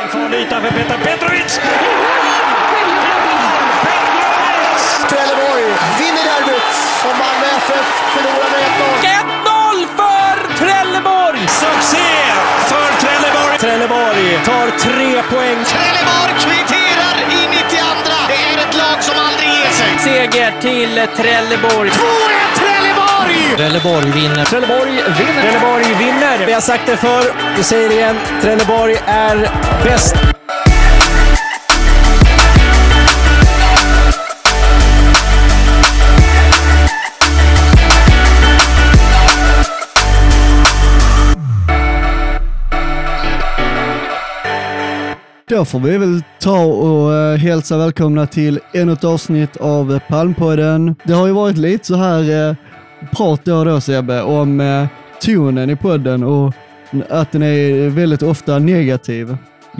farlig yta för Petar Petrovic. Trelleborg vinner derbyt och Malmö FF förlorar med 1-0 för Trelleborg. Succé för Trelleborg. Trelleborg tar 3 poäng. Trelleborg kvitterar i 92. Det är ett lag som aldrig ger sig. Seger till Trelleborg. 2-1 Trelleborg! Trelleborg vinner. Trelleborg vinner. Trelleborg vinner. Vi har sagt det förr. Vi säger det igen. Trelleborg är bäst. Då får vi väl ta och hälsa välkomna till ännu ett avsnitt av Palmpodden. Det har ju varit lite så här prat då Sebbe om tonen i podden och att den är väldigt ofta negativ.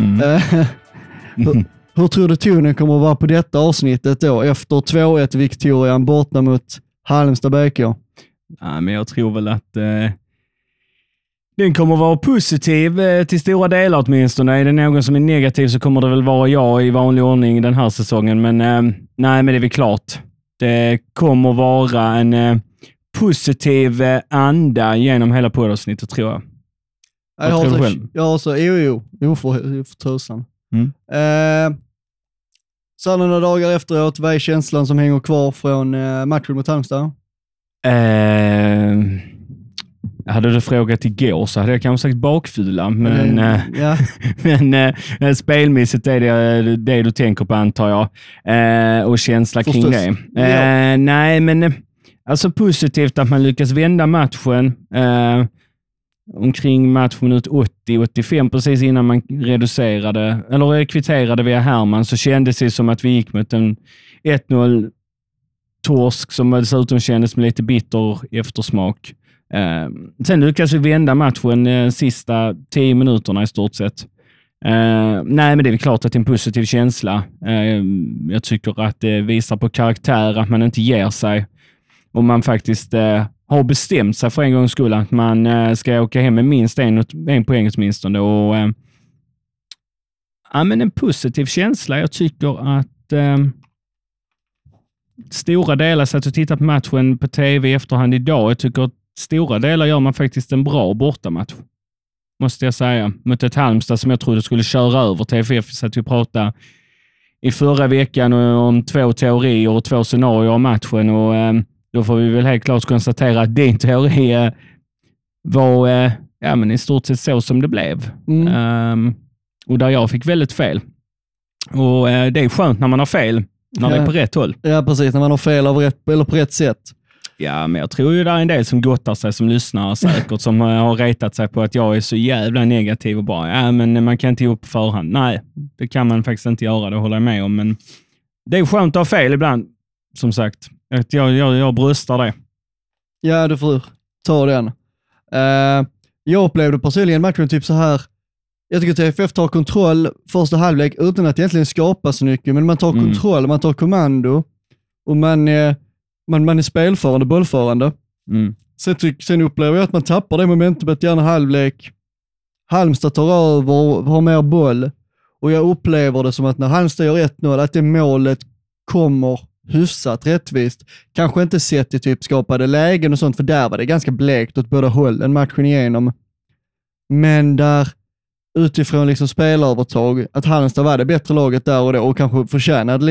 Hur tror du tonen kommer att vara på detta avsnittet då efter 2-1 Victorian borta mot Halmstad BK? Ja, men jag tror väl att den kommer vara positiv till stora delar åtminstone. Är det någon som är negativ så kommer det väl vara jag i vanlig ordning den här säsongen. Men nej, men det är väl klart. Det kommer vara en positiv anda genom hela poddavsnittet, tror jag. Jo, för tusan. Så några dagar efteråt, vad är känslan som hänger kvar från matchen mot Halmstad? Hade du frågat igår så hade jag kanske sagt bakfylla, men, ja. men spelmässigt är det du tänker på, antar jag. Och känsla kring det. Nej, men alltså positivt att man lyckas vända matchen omkring matchminut 80-85, precis innan man reducerade eller kvitterade via Herman, så kändes det som att vi gick mot en 1-0 torsk som dessutom kändes med lite bitter eftersmak. Sen lyckas vi vända matchen sista 10 minuterna i stort sett. Nej, men det är klart att det är en positiv känsla. Jag tycker att det visar på karaktär att man inte ger sig. Och man faktiskt har bestämt sig för en gångs skull att man ska åka hem med minst en poäng åtminstone. Och ja, men en positiv känsla. Jag tycker att stora delar, så att jag tittar på matchen på tv i efterhand idag, jag tycker att stora delar gör man faktiskt en bra bortamatch, måste jag säga. Mot ett Halmstad som jag trodde skulle köra över TFF, så att vi pratade i förra veckan om 2 teorier och 2 scenarier om matchen, och då får vi väl helt klart konstatera att din teori var men i stort sett så som det blev. Och där jag fick väldigt fel. Och det är skönt när man har fel, när det är på rätt håll. Ja, precis. När man har fel eller på rätt sätt. Ja, men jag tror ju det är en del som gottar sig som lyssnar säkert, som har retat sig på att jag är så jävla negativ och bara, men man kan inte ge upp på förhand. Nej, det kan man faktiskt inte göra, det håller jag med om. Men det är skönt att ha fel ibland, som sagt. Jag bröstar det. Ja, du får ta den. Jag upplevde personligen matchen typ så här. Jag tycker att TFF tar kontroll första halvlek utan att egentligen skapa så mycket, men man tar kontroll, man tar kommando och man är spelförande, bollförande. Sen upplever jag att man tappar det momentumet i andra halvlek. Halmstad tar över, har mer boll, och jag upplever det som att när Halmstad gör 1-0, att det målet kommer hyfsat rättvist. Kanske inte sett i typ skapade lägen och sånt, för där var det ganska blekt åt båda hållen matchen igenom. Men där utifrån liksom spelarövertag, att Halmstad var det bättre laget där och då, och kanske förtjänade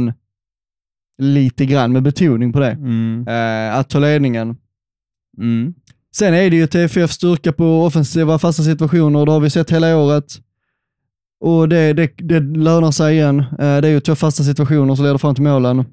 lite grann med betoning på det. Att ta ledningen. Sen är det ju TFF styrka på offensiva fasta situationer, och det har vi sett hela året. Och det lönar sig igen. Det är ju 2 fasta situationer som leder fram till målen.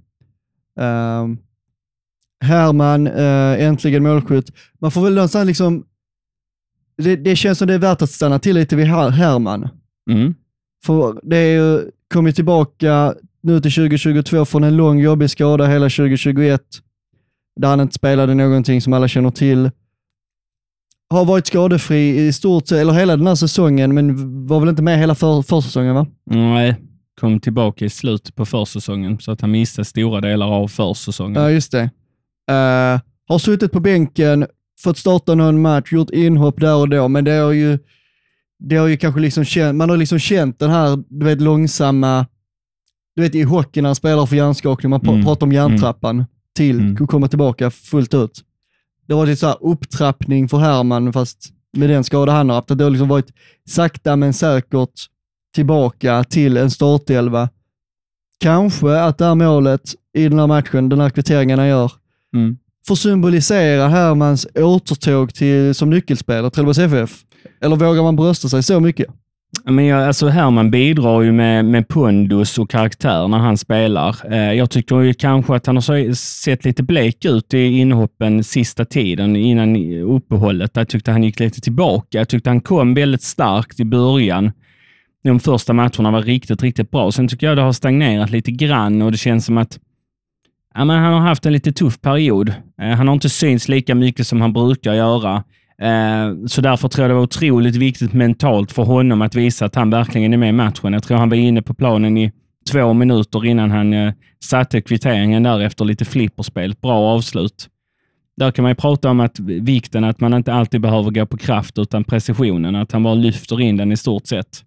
Herman, äntligen målskytt. Man får väl någonstans liksom, det känns som det är värt att stanna till lite vid Herman. För det är ju kommit tillbaka nu till 2022 från en lång jobbig skada hela 2021, där han inte spelade någonting som alla känner till. Har varit skadefri i stort sett, eller hela den här säsongen, men var väl inte med hela försäsongen, va? Nej, kom tillbaka i slutet på försäsongen, så att han missade stora delar av försäsongen. Ja, just det. Har suttit på bänken, fått starta någon match, gjort inhopp där och då, men det det har ju kanske liksom man har liksom känt den här, du vet, långsamma, du vet i hockey när han spelar för hjärnskakning, man pratar om hjärntrappan till att komma tillbaka fullt ut. Det var lite så här upptrappning för Herman, fast med den skada han har haft, att det har liksom varit sakta men säkert tillbaka till en startelva. Kanske att det här målet i den här matchen, den här kvitteringen han gör, får symbolisera Hermans återtåg som nyckelspelare till Trelleborgs FF. Eller vågar man brösta sig så mycket? Men alltså Herman bidrar ju med pondus och karaktär när han spelar. Jag tycker ju kanske att han har sett lite blek ut i inhoppen sista tiden innan uppehållet. Jag tyckte han gick lite tillbaka. Jag tyckte han kom väldigt starkt i början. De första matcherna var riktigt, riktigt bra. Sen tycker jag det har stagnerat lite grann och det känns som att han har haft en lite tuff period. Han har inte synts lika mycket som han brukar göra. Så därför tror jag det var otroligt viktigt mentalt för honom att visa att han verkligen är med i matchen. Jag tror han var inne på planen i 2 minuter innan han satte kvitteringen där efter lite flipperspel. Bra avslut. Där kan man ju prata om att vikten att man inte alltid behöver gå på kraft utan precisionen. Att han bara lyfter in den i stort sett.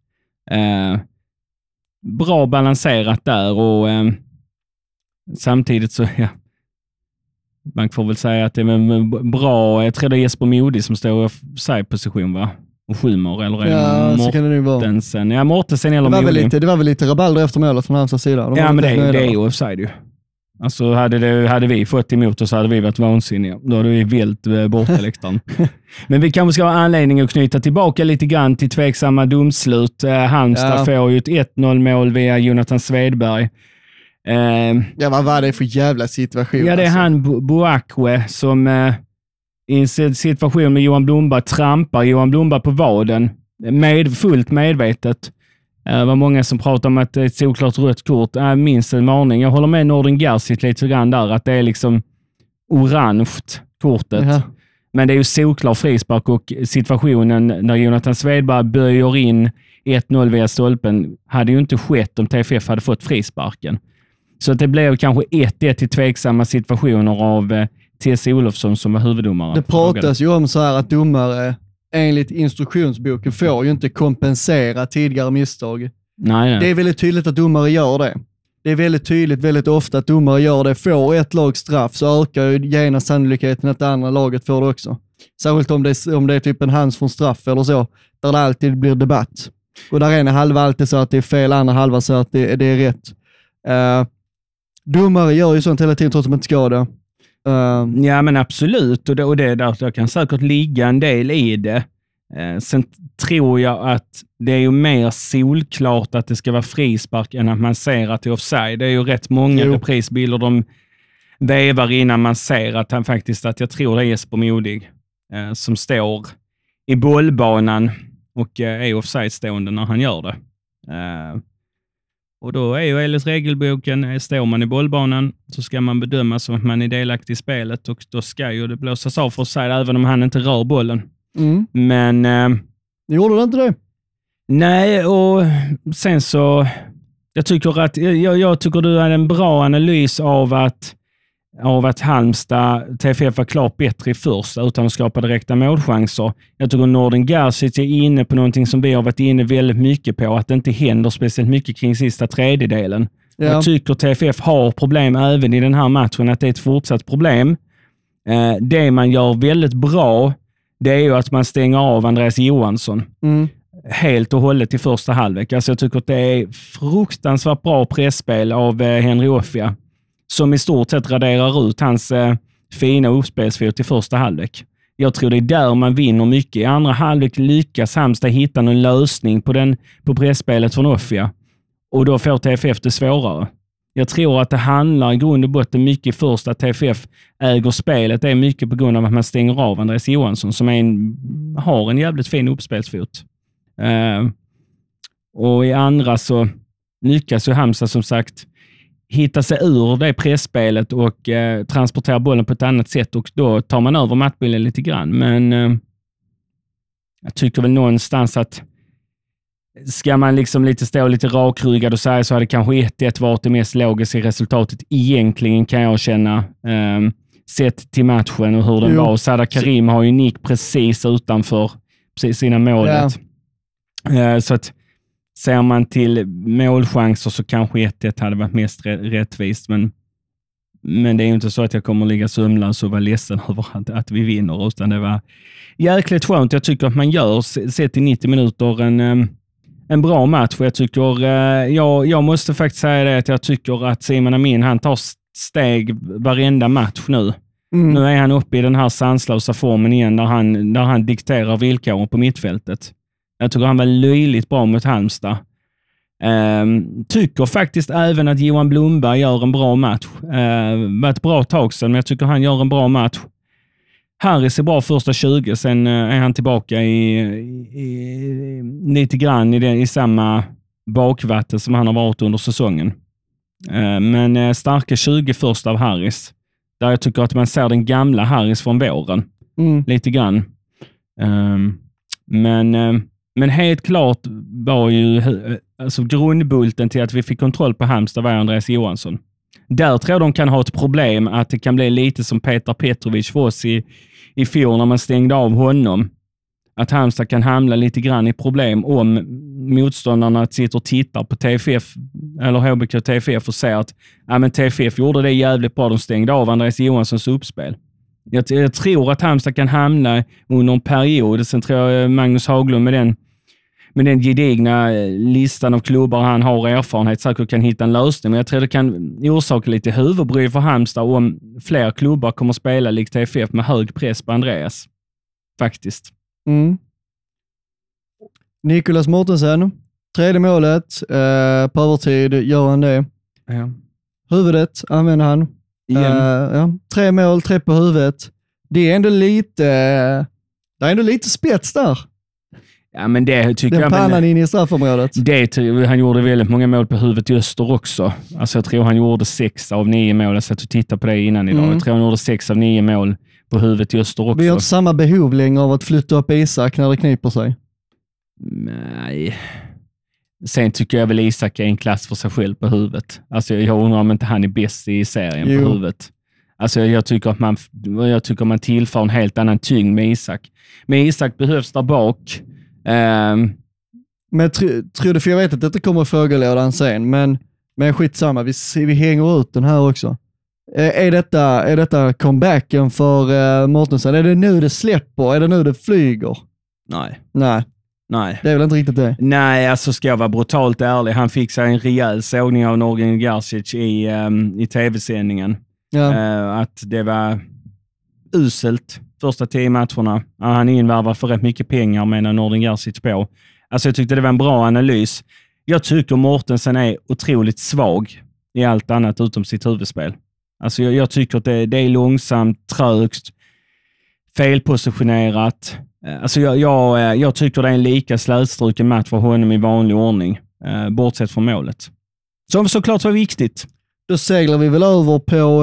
Bra balanserat där och samtidigt så man får väl säga att det är bra. Jag tror det är Jesper Modi som står i side-position, va? Och skymmer, eller är det så kan det vara. Mortensen? Ja, Mortensen eller Modi. Det var väl lite rabalder efter målet från hans sida. Men det är ju offside ju. Alltså hade vi fått emot oss så hade vi varit vansinniga. Då hade vi vält borta läktaren. Men vi kanske ska ha anledning att knyta tillbaka lite grann till tveksamma domslut. Halmstad får ju ett 1-0 mål via Jonathan Svedberg. Vad var det för jävla situation? Ja, det är han Boakwe som i en situation med Johan Blomberg trampar Johan Blomberg på vaden. Fullt medvetet. Det var många som pratade om att det är ett såklart rött kort. Minst en varning. Jag håller med Norden Garcit lite grann där. Att det är liksom orange kortet. Uh-huh. Men det är ju såklar frispark och situationen när Jonathan Svedberg böjer in 1-0 via stolpen hade ju inte skett om TFF hade fått frisparken. Så att det blev kanske 1-1 i tveksamma situationer av T.C. Olofsson som var huvuddomare. Det pratas ju om så här att domare enligt instruktionsboken får ju inte kompensera tidigare misstag. Nej. Det är väldigt tydligt att domare gör det. Det är väldigt tydligt, väldigt ofta att domare gör det. Får ett lag straff så ökar ju genast sannolikheten att det andra laget får det också. Särskilt om det är typ en hands från straff eller så, där det alltid blir debatt. Och där ena halva alltid så att det är fel, andra halva så att det är rätt. Domare gör ju sånt hela tiden trots att man inte ska det. Ja, men absolut. Och det där kan säkert ligga en del i det. Sen tror jag att det är ju mer solklart att det ska vara frispark än att man ser att det är offside. Det är ju rätt många reprisbilder de vevar innan man ser att han faktiskt, att jag tror det är Jesper Modig som står i bollbanan och är offside-stående när han gör det. Och då är ju enligt regelboken, står man i bollbanan så ska man bedömas som att man är delaktig i spelet och då ska ju det blåsas av för offside även om han inte rör bollen. Men gjorde det inte det? Nej, och sen så jag tycker du är en bra analys av att Halmstad TFF var klart bättre i första utan att skapa direkta målchanser. Jag tycker Norden Garcit är inne på någonting som vi har varit inne väldigt mycket på, att det inte händer speciellt mycket kring sista tredjedelen. Ja. Jag tycker TFF har problem även i den här matchen, att det är ett fortsatt problem. Det man gör väldigt bra, det är ju att man stänger av Andreas Johansson helt och hållet i första halvlek. Alltså jag tycker att det är fruktansvärt bra pressspel av Henry Offia som i stort sett raderar ut hans fina uppspelsfot i första halvlek. Jag tror det är där man vinner mycket. I andra halvlek lyckas Halmstad hitta någon lösning på pressspelet från Offia. Och då får TFF det svårare. Jag tror att det handlar i grund och botten mycket först att TFF äger spelet. Det är mycket på grund av att man stänger av Andreas Johansson som har en jävligt fin uppspelsfot. Och i andra så lyckas ju Halmstad som sagt hitta sig ur det pressspelet och transportera bollen på ett annat sätt och då tar man över matchbilden lite grann. Men jag tycker väl någonstans att ska man liksom stå lite rakryggad och säga så hade kanske 1-1 varit det mest logiska resultatet egentligen, kan jag känna. Sett till matchen och hur den var. Sada Karim har ju nick precis utanför sina målet. Så att ser man till målchanser så kanske 1-1 hade varit mest rättvist. Men det är ju inte så att jag kommer ligga sömnlös och vara ledsen över att vi vinner, utan det var jäkligt skönt. Jag tycker att man gör, sett i 90 minuter, en bra match. Jag tycker, jag måste faktiskt säga det, att jag tycker att Simon Amin, han tar steg varenda match nu. Nu är han uppe i den här sanslösa formen igen där han dikterar villkoren på mittfältet. Jag tycker han var löjligt bra mot Halmstad. Tycker faktiskt även att Johan Blomberg gör en bra match. Var ett bra tag sedan, men jag tycker han gör en bra match. Harris är bra första 20, sen är han tillbaka lite grann i samma bakvatten som han har varit under säsongen. Men starka 20 först av Harris. Där jag tycker att man ser den gamla Harris från våren. Lite grann. Men helt klart var ju alltså grundbulten till att vi fick kontroll på Halmstad var Andreas Johansson. Där tror jag de kan ha ett problem att det kan bli lite som Petar Petrovic för oss i fjol när man stängde av honom. Att Halmstad kan hamna lite grann i problem om motståndarna sitter och tittar på TFF eller HBK TFF och säger att men TFF gjorde det jävligt bra, de stängde av Andreas Johanssons uppspel. Jag tror att Halmstad kan hamna under en period. Sen tror jag Magnus Haglund med den gedigna listan av klubbar han har erfarenhet säkert kan hitta en lösning. Men jag tror det kan orsaka lite huvudbry för Halmstad om fler klubbar kommer att spela likt TFF med hög press på Andreas. Faktiskt. Nicolas Mortensen, 3:e målet, på övertid gör han det. Ja. Huvudet använder han. 3 mål, 3 på huvudet. Det är ändå lite spets där. Ja, men det tycker den pannan in i straffområdet. Han gjorde väldigt många mål på huvudet i Öster också. Alltså jag tror han gjorde 6 av 9 mål. Jag satt och tittade på det innan idag. Jag tror han gjorde 6 av 9 mål på huvudet i Öster också. Vi har inte samma behov längre av att flytta upp Isak när det kniper sig. Nej. Sen tycker jag väl Isak är en klass för sig själv på huvudet. Alltså jag undrar om inte han är bäst i serien på huvudet. Alltså jag tycker att man tillför en helt annan tyngd med Isak. Men Isak behövs där bak. Men tror du, för jag vet att detta kommer fågelådan sen, men skitsamma, vi hänger ut den här också. Är detta comebacken för Mortensen? Är det nu det släpper? Är det nu det flyger? Nej. Det är väl inte riktigt det? Nej, alltså ska jag vara brutalt ärlig. Han fick sig en rejäl sågning av Nordin Garcic i tv-sändningen. Ja. Att det var uselt första 10 matcherna. Han invärvar för rätt mycket pengar med Nordin Garcic på. Alltså jag tyckte det var en bra analys. Jag tycker Mortensen är otroligt svag i allt annat utom sitt huvudspel. Alltså jag tycker att det är långsamt, trögt, felpositionerat. Alltså jag tycker det är en lika slätstruken match för honom i vanlig ordning, bortsett från målet. Som såklart var viktigt. Då seglar vi väl över på,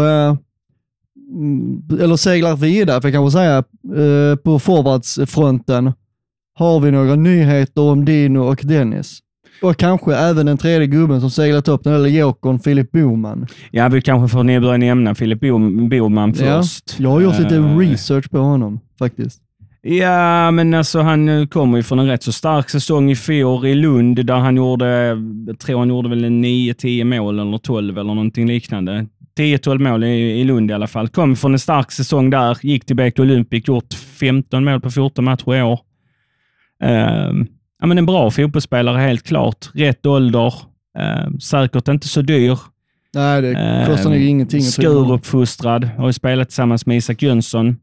eller seglar vidare, för jag kan väl säga, på forwardsfronten har vi några nyheter om Dino och Dennis. Och kanske även den tredje gubben som seglat upp den, eller Jokern, Filip Boman. Ja, vi kanske får börja nämna Filip Boman först. Jag har gjort lite research på honom, faktiskt. Ja, men alltså han kommer ju från en rätt så stark säsong i fjol i Lund där han gjorde väl 9-10 mål eller 12 eller någonting liknande. 10-12 mål i Lund i alla fall. Kom från en stark säsong där, gick till BK Olympic, gjort 15 mål på 14 matcher i år. Ja, men en bra fotbollsspelare helt klart. Rätt ålder, säkert inte så dyr. Nej, det kostar nog ingenting. Skuruppfostrad, har ju spelat tillsammans med Isak Jönsson.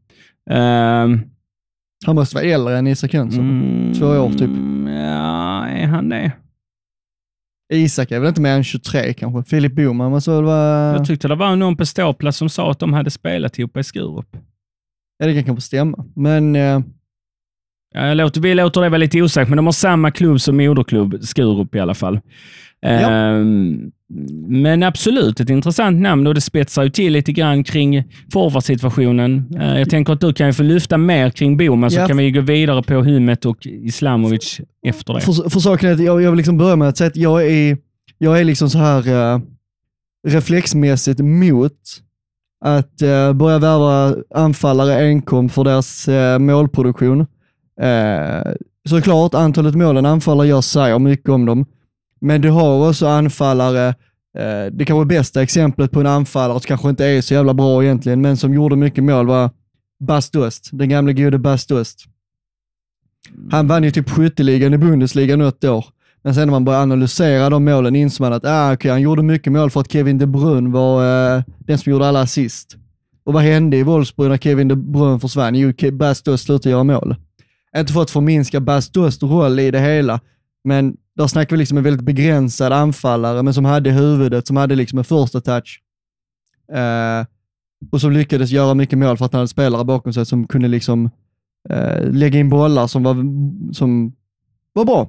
Han måste vara äldre än Isak Jönsson. 2 år typ. Ja, är han det? Isak är väl inte mer än 23 kanske. Filip Boman måste väl vara... Jag tyckte det var någon på ståplats som sa att de hade spelat ihop i Skurup. Ja, det kan kanske stämma. Men... Vi låter det vara lite osagt, men de har samma klubb som moderklubb, Skurup i alla fall. Ja. Men absolut, ett intressant namn och det spetsar ju till lite grann kring forwardsituationen. Jag tänker att du kan ju få lyfta mer kring Boman så kan vi gå vidare på Humet och Islamovic efter det. För saken är att jag vill liksom börja med att säga att jag är liksom så här reflexmässigt mot att börja värva anfallare enkom för deras målproduktion. såklart antalet målen anfallare gör säger mycket om dem. Men du har också anfallare, det kanske bästa exemplet på en anfallare som kanske inte är så jävla bra egentligen, men som gjorde mycket mål var Bas Dost, den gamla gode Bas Dost. Han vann ju typ skytteligan i Bundesliga något år. Men sen när man började analysera de målen insåg man att han gjorde mycket mål för att Kevin De Bruyne var den som gjorde alla assist. Och vad hände i Wolfsburg när Kevin De Bruyne försvann? Jo, Bas Dost slutade göra mål. Inte för att förminska Bas Dosts roll i det hela, men där snackar vi liksom en väldigt begränsad anfallare, men som hade huvudet, som hade liksom en första touch. Och som lyckades göra mycket mål för att han hade spelare bakom sig som kunde liksom lägga in bollar som var bra.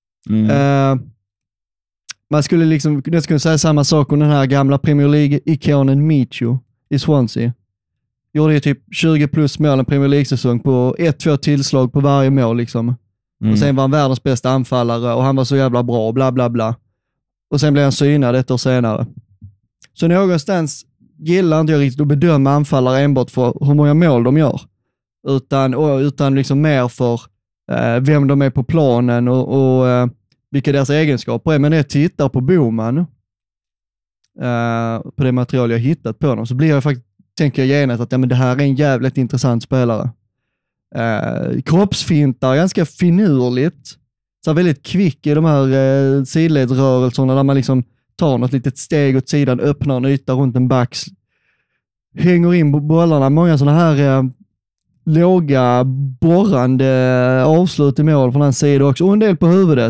Man skulle liksom säga samma sak om den här gamla Premier League-ikonen Michu i Swansea. Gjorde ju typ 20 plus mål en Premier League-säsong på 1-2 tillslag på varje mål liksom. Och sen var han världens bästa anfallare och han var så jävla bra, bla bla bla. Och sen blev han synad ett år senare. Så någonstans gillar inte jag riktigt att bedöma anfallare enbart för hur många mål de gör. Utan liksom mer för vem de är på planen och vilka deras egenskaper är. Men när jag tittar på Boman, på det material jag hittat på dem, så blir jag faktiskt, tänker jag genast att men det här är en jävligt intressant spelare. Kroppsfintar, ganska finurligt. Så väldigt kvick i de här sidledsrörelserna där man liksom tar något litet steg åt sidan, öppnar en yta runt en back, hänger in bollarna. Många sådana här låga, borrande avslut i mål från hans sida också. Och en del på huvudet.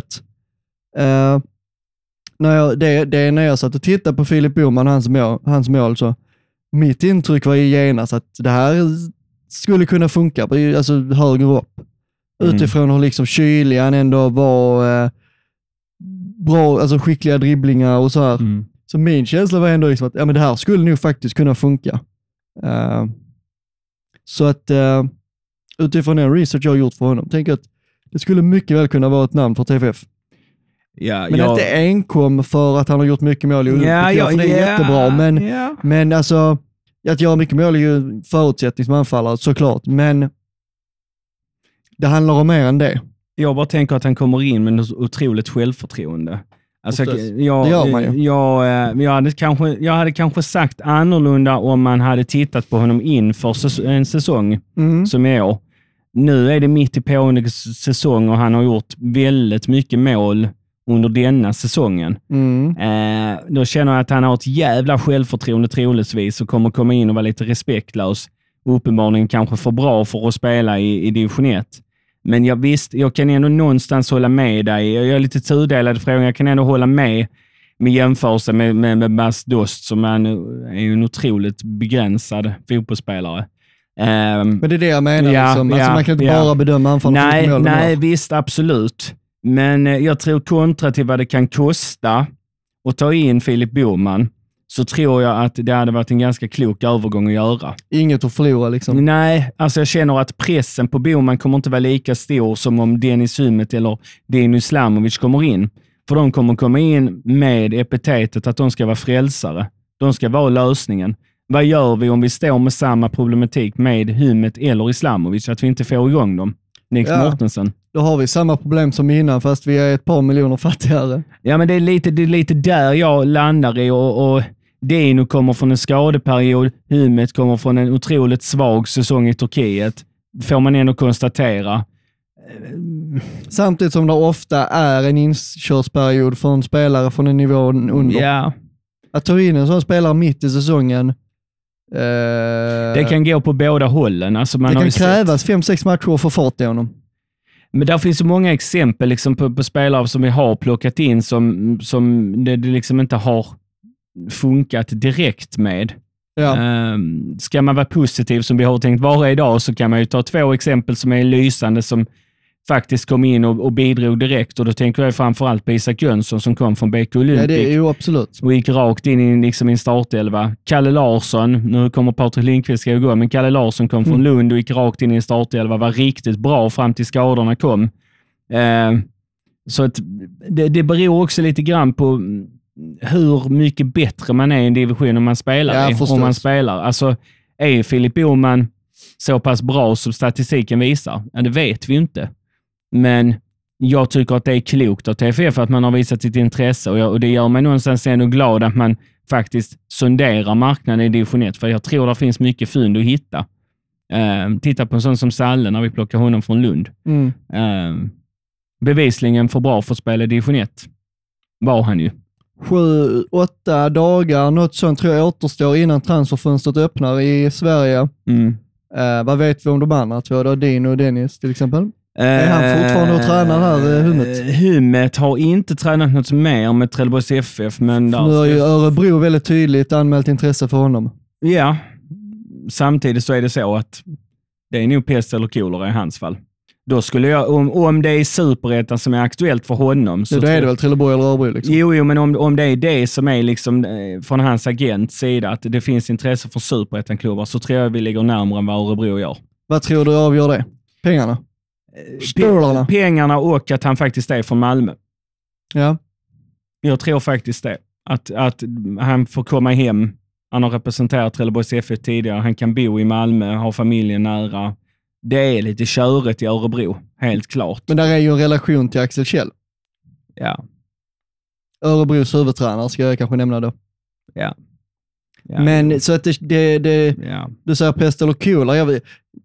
När jag satt och tittade på Filip Boman, hans mål, så mitt intryck var genast att det här skulle kunna funka, alltså högre upp. Utifrån hur liksom kylig han ändå var, bra, alltså skickliga dribblingar och så här. Så min känsla var ändå liksom att men det här skulle nog faktiskt kunna funka. Så att utifrån den research jag har gjort för honom, tänker jag att det skulle mycket väl kunna vara ett namn för TFF. Men inte enkom för att han har gjort mycket mål i Olympic, för det är jättebra. Men alltså, att göra mycket mål är ju förutsättning som anfallare, såklart. Men det handlar om mer än det. Jag bara tänker att han kommer in med något otroligt självförtroende. Alltså, jag hade kanske sagt annorlunda om man hade tittat på honom inför en säsong som i år. Nu är det mitt i pågående säsong och han har gjort väldigt mycket mål under denna säsongen. Då känner jag att han har ett jävla självförtroende troligtvis och kommer komma in och vara lite respektlös. Uppenbarligen kanske för bra för att spela i division 1. Men jag kan ändå någonstans hålla med dig. Jag är lite tudelad frågan. Jag kan ändå hålla med jämförelse med Bas Dost som är en otroligt begränsad fotbollsspelare. Men det är det jag menar. Liksom. Alltså man kan inte bara bedöma anfallare. Nej, visst, absolut. Men jag tror kontra till vad det kan kosta att ta in Filip Boman, så tror jag att det hade varit en ganska klok övergång att göra. Inget att förlora liksom. Nej, alltså jag känner att pressen på Boman kommer inte vara lika stor som om Dennis Hymmet eller Dino Islamovic kommer in. För de kommer komma in med epitetet att de ska vara frälsare. De ska vara lösningen. Vad gör vi om vi står med samma problematik med Hymmet eller Islamovic, att vi inte får igång dem? Nick Mortensen. Då har vi samma problem som innan, fast vi är ett par miljoner fattigare. Ja, men det är lite där jag landar i och Dino kommer från en skadeperiod. Hymmet kommer från en otroligt svag säsong i Turkiet. Får man ändå konstatera. Samtidigt som det ofta är en inkörsperiod för en spelare från en nivå under. Ja. Att ta in en sån spelare mitt i säsongen. Det kan gå på båda hållen. Alltså man det kan krävas 5-6 matcher för fart i honom. Men där finns så många exempel liksom på spelare som vi har plockat in som det liksom inte har funkat direkt med. Ja. Ska man vara positiv som vi har tänkt vara idag, så kan man ju ta 2 exempel som är lysande som faktiskt kom in och bidrog direkt, och då tänker jag framförallt på Isak Jönsson som kom från BK Olympic. Ja, det är ju absolut. Och gick rakt in i en startelva. Kalle Larsson, nu kommer Patrik Lindqvist ska gå, men Kalle Larsson kom från Lund och gick rakt in i en startelva, var riktigt bra fram till skadorna kom. Så att det beror också lite grann på hur mycket bättre man är i en division om man spelar om man spelar. Alltså, är Filip Boman så pass bra som statistiken visar? Ja, det vet vi inte. Men jag tycker att det är klokt av TFF att man har visat sitt intresse och det gör mig någonstans ändå glad att man faktiskt sonderar marknaden i division 1, för jag tror det finns mycket fynd att hitta. Titta på en sån som Salle när vi plockar honom från Lund. Bevisligen för bra för att spela i division 1 var han ju. 7-8 dagar, något sånt tror jag återstår innan transferfönstret öppnar i Sverige. Vad vet vi om de andra två då? Dino och Dennis till exempel? Är han fortfarande och tränar här, Hummet? Hummet har inte tränat något mer med Trelleborgs FF. Men nu har ju Örebro väldigt tydligt anmält intresse för honom. Ja, samtidigt så är det så att det är nog pest eller kolera i hans fall. Då skulle jag, om det är Superettan som är aktuellt för honom. Så det är det väl Trelleborg eller Örebro? Liksom. Jo, men om det är det som är liksom från hans agents sida, att det finns intresse för Superettan-klubbar, så tror jag vi ligger närmare än vad Örebro gör. Vad tror du avgör det? Pengarna? Pengarna och att han faktiskt är från Malmö. Ja. Jag tror faktiskt det. Att han får komma hem. Han har representerat Trelleborgs FF tidigare. Han kan bo i Malmö, ha familjen nära. Det är lite köret i Örebro, helt klart. Men där är ju en relation till Axel Kjell. Ja. Örebros huvudtränare ska jag kanske nämna då. Ja. Men så att du säger pest eller kolera.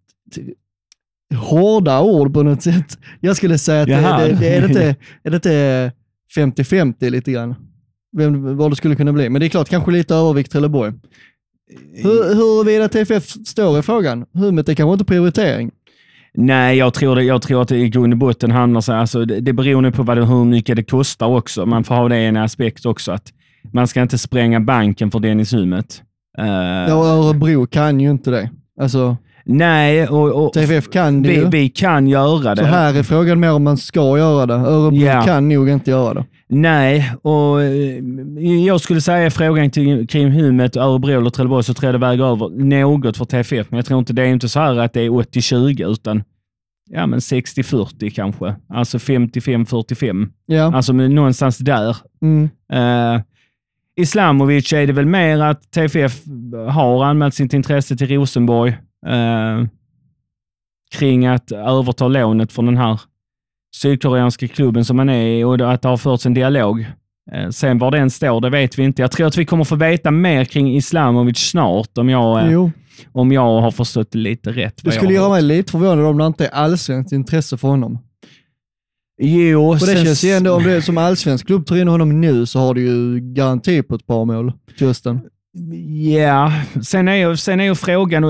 Hårda ord på något sätt. Jag skulle säga att är det inte 50-50 lite grann. Vad det skulle kunna bli. Men det är klart, kanske lite övervikt Trelleborg. Huruvida TFF står i frågan? Hummet är kanske inte prioritering. Nej, jag tror att det i grund och botten handlar så. Alltså, det beror nu på hur mycket det kostar också. Man får ha det en aspekt också. Att man ska inte spränga banken för Dennis Hummet. Örebro kan ju inte det. Alltså... Nej, och TFF kan det vi kan göra det. Så här är frågan mer om man ska göra det. Örebro kan nog inte göra det. Nej, och jag skulle säga frågan kring Hummet, Örebro eller Trelleborg, så tror jag det väger över något för TFF. Men jag tror inte det är inte så här att det är 80-20 utan men 60-40 kanske. Alltså 55-45. Ja. Alltså någonstans där. Islamovic är det väl mer att TFF har anmält sitt intresse till Rosenborg kring att överta lånet från den här sydkoreanska klubben som man är i och att det har förts en dialog. Sen var den står, det vet vi inte. Jag tror att vi kommer få veta mer kring Islamovic snart om jag har förstått det lite rätt. Det skulle göra mig lite förvånad om det inte är allsvenskt intresse för honom. Jo, och det känns ju ändå, om det är som allsvensk klubb tar in honom nu så har du ju garanti på ett par mål till hösten. Ja, sen är ju frågan,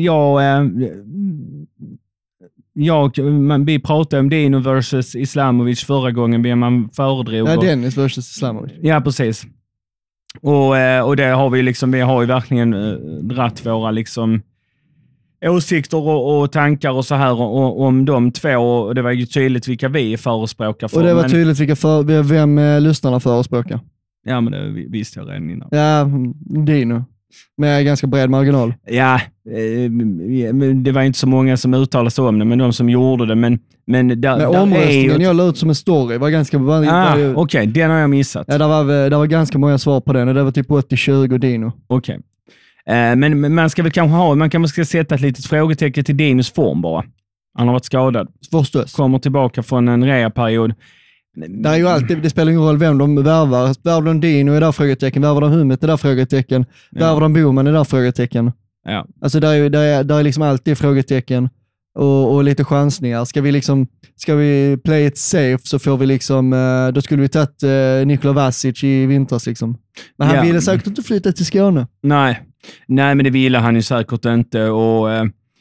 vi pratade om Dino versus Islamovic förra gången man föredrog. Ja, Dennis versus Islamovic. Ja, precis. Och det har vi liksom, vi har ju verkligen dratt våra liksom åsikter och tankar och så här om de två, och det var ju tydligt vilka vi förespråkar för. Och det var tydligt vem lyssnarna förespråkar. Ja, men det visste jag redan innan. Ja, Dino. Med ganska bred marginal. Ja, men det var inte så många som uttalade sig om det, men de som gjorde det. Men omröstningen jag la ut som en story var ganska... Okej, den har jag missat. Ja, det var ganska många svar på den och det var typ 80-20 Dino. Okej. Men man ska väl kanske sätta ett litet frågetecken till Dinos form bara. Han har varit skadad. Förstås. Kommer tillbaka från en rea-period. Det är ju alltid, det spelar ingen roll vem de värvar. Värvar de Dino är där frågetecken. Värvar de Hummet är där frågetecken. Värvar de Boman är där frågetecken. Ja. Alltså där är liksom alltid frågetecken och lite chansningar. Ska vi play it safe så får vi liksom, då skulle vi tagit Nikola Vasic i vintras liksom. Men han ville säkert inte flytta till Skåne. Nej, men det ville han ju säkert inte och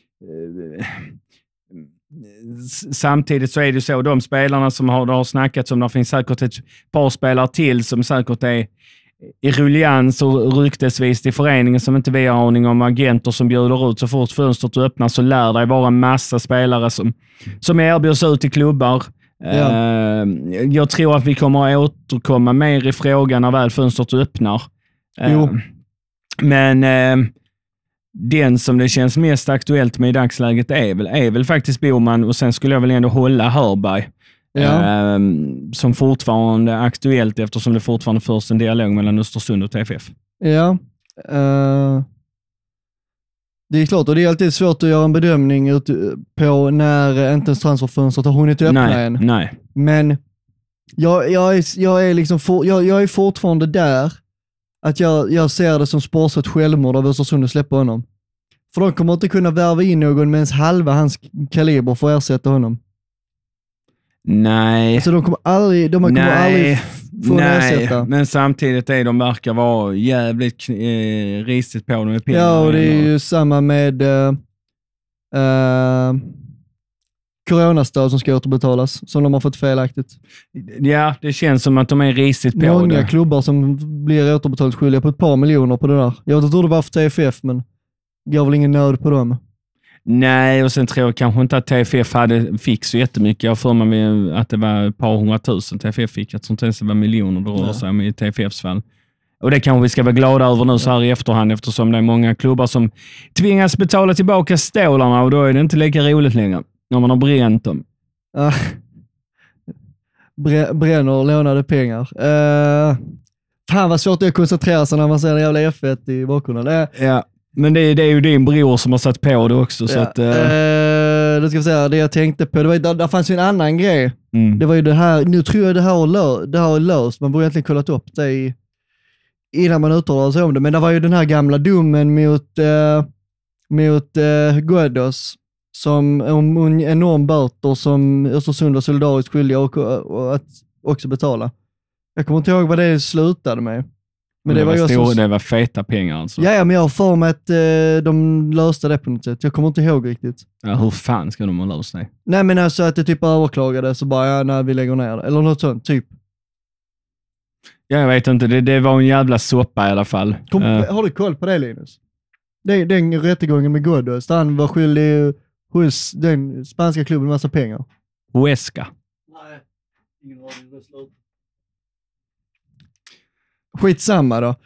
samtidigt så är det så, de spelarna som har snackat om, det finns säkert ett par spelare till som säkert är i ruljans och ryktesvis i föreningen som inte vi har aning om, agenter som bjuder ut så fort fönstret öppnar, så lär det vara en massa spelare som erbjuds ut i klubbar. Ja. Jag tror att vi kommer att återkomma mer i frågan när väl fönstret öppnar. Men den som det känns mest aktuellt med i dagsläget är väl faktiskt Boman, och sen skulle jag väl ändå hålla Hörberg som fortfarande är aktuellt eftersom det fortfarande förs en dialog mellan Östersund och TFF. Ja. Det är klart, och det är alltid svårt att göra en bedömning på när inte ens transferfönstret har hunnit öppna än. Nej. Men jag är fortfarande där att jag ser det som sportsligt självmord av Östersund att släppa honom. För de kommer inte kunna värva in någon med ens halva hans kaliber för att ersätta honom. Nej. Alltså de kommer aldrig få ersätta. Men samtidigt de verkar vara jävligt risigt på dem med pengar. Ja, och det är ju samma med coronastöd som ska återbetalas, som de har fått felaktigt. Ja, det känns som att de är risigt på det. Många klubbar som blir återbetalningsskyldiga på ett par miljoner på det där. Jag vet inte hur det var för TFF, men det går väl ingen nöd på dem. Nej, och sen tror jag kanske inte att TFF fick så jättemycket. Jag får mig att det var ett par 100 000 TFF fick. Jag tror inte ens det var miljoner det rör sig om i TFFs fall. Och det kanske vi ska vara glada över nu så här i efterhand, eftersom det är många klubbar som tvingas betala tillbaka stålarna, och då är det inte lika roligt längre när man har bränt dem. Bränner lånade pengar. Fan vad svårt det är att koncentrera sig när man ser en jävla F1 i bakgrunden. Ja. Men det är ju din bror som har satt på det också. Så att, det ska vi säga, det jag tänkte på, det var, där fanns ju en annan grej. Det var ju det här, nu tror jag det här är löst. Man borde egentligen kollat upp det innan man uttalar sig om det. Men det var ju den här gamla domen mot Ghoddos som om enorm böter som Östersund var solidariskt skyldiga och att också betala. Jag kommer inte ihåg vad det slutade med. Men det var feta pengar alltså. Ja, men jag har för mig att de löste det på något sätt. Jag kommer inte ihåg riktigt. Ja, hur fan ska de ha löst det? Nej, men alltså att det typ överklagade så bara när vi lägger ner det. Eller något sånt, typ. Ja, jag vet inte. Det var en jävla soppa i alla fall. Har du koll på det, Linus? Den rättegången med Ghoddos, han var skyldig hos den spanska klubben en massa pengar. Huesca. Nej, ingen aning. Det slut. Skitsamma då.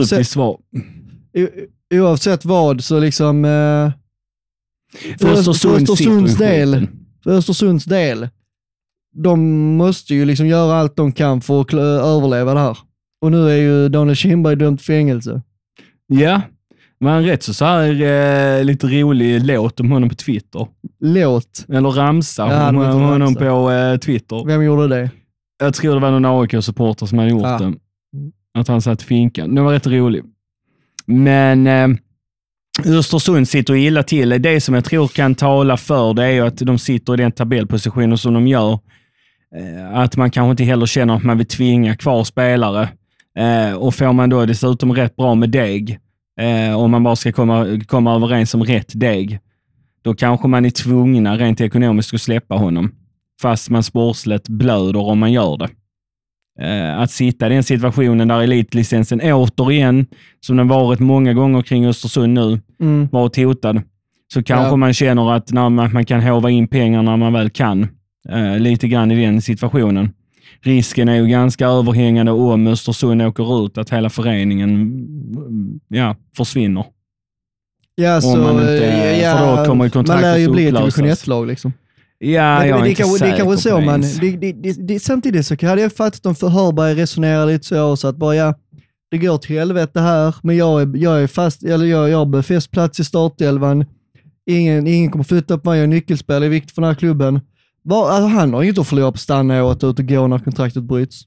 Oavsett vad så liksom för Östersunds del de måste ju liksom göra allt de kan för att överleva det här. Och nu är ju Daniel Kindberg dömt fängelse. Ja, men rätt så här lite rolig låt om honom på Twitter. Låt? Eller ramsa om honom på Twitter. Vem gjorde det? Jag tror det var någon AIK-supporter som hade gjort det. Att han satt finkan. Det var rätt roligt. Men Östersund sitter illa till. Det som jag tror kan tala för det är ju att de sitter i den tabellpositionen som de gör. Att man kanske inte heller känner att man vill tvinga kvar spelare. Och får man då dessutom rätt bra med deg, om man bara ska komma överens om rätt deg, då kanske man är tvungna rent ekonomiskt att släppa honom. Fast man sportsligt blöder om man gör det. Att sitta i den situationen där elitlicensen återigen, som den varit många gånger kring Östersund nu, varit hotad, så kanske man känner att när man kan hova in pengar när man väl kan. Lite grann i den situationen. Risken är ju ganska överhängande om Östersund åker ut att hela föreningen försvinner. Ja, så för då kommer ju kontraktet man lär ju bli ett upplösas. division 1-lag liksom. Ja, jag är inte säker på så, man, samtidigt så hade jag fattat om för Hörberg resonerar lite så att bara det går till helvete här, men jag är fast, eller jag har befäst plats i startelvan. Ingen kommer flytta upp mig, jag är nyckelspelare i vikt för den här klubben. Alltså, han har inget att förlora på stanna åt ut och gå när kontraktet bryts.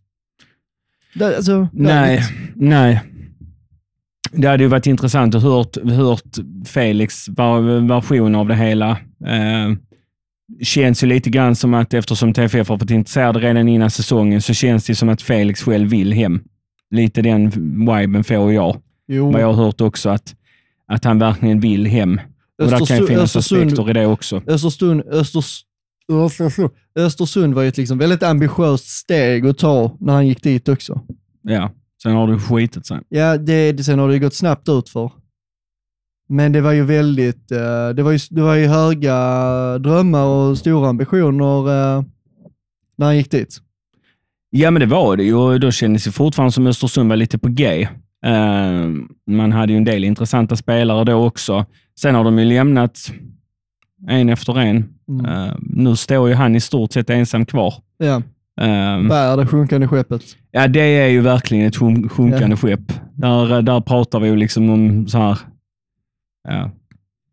Nej. Det hade ju varit intressant att hört Felix version av det hela. Känns ju lite grann som att eftersom TFF har fått intresserad redan innan säsongen, så känns det som att Felix själv vill hem. Lite den viben får jag. Jo. Men jag har hört också att han verkligen vill hem. Och där kan ju finnas aspekter i det också. Östersund var ju ett liksom väldigt ambitiöst steg att ta när han gick dit också. Ja, sen har det skitit sig. Ja, sen har det gått snabbt ut för. Men det var ju väldigt, det var ju höga drömmar och stora ambitioner när han gick dit. Ja, men det var det ju, och då kändes det fortfarande som Östersund var lite på G. Man hade ju en del intressanta spelare då också. Sen har de ju lämnat en efter en. Nu står ju han i stort sett ensam kvar. Ja. Bär det sjunkande skeppet. Ja, det är ju verkligen ett sjunkande skepp. Där pratar vi ju liksom om så här. Ja.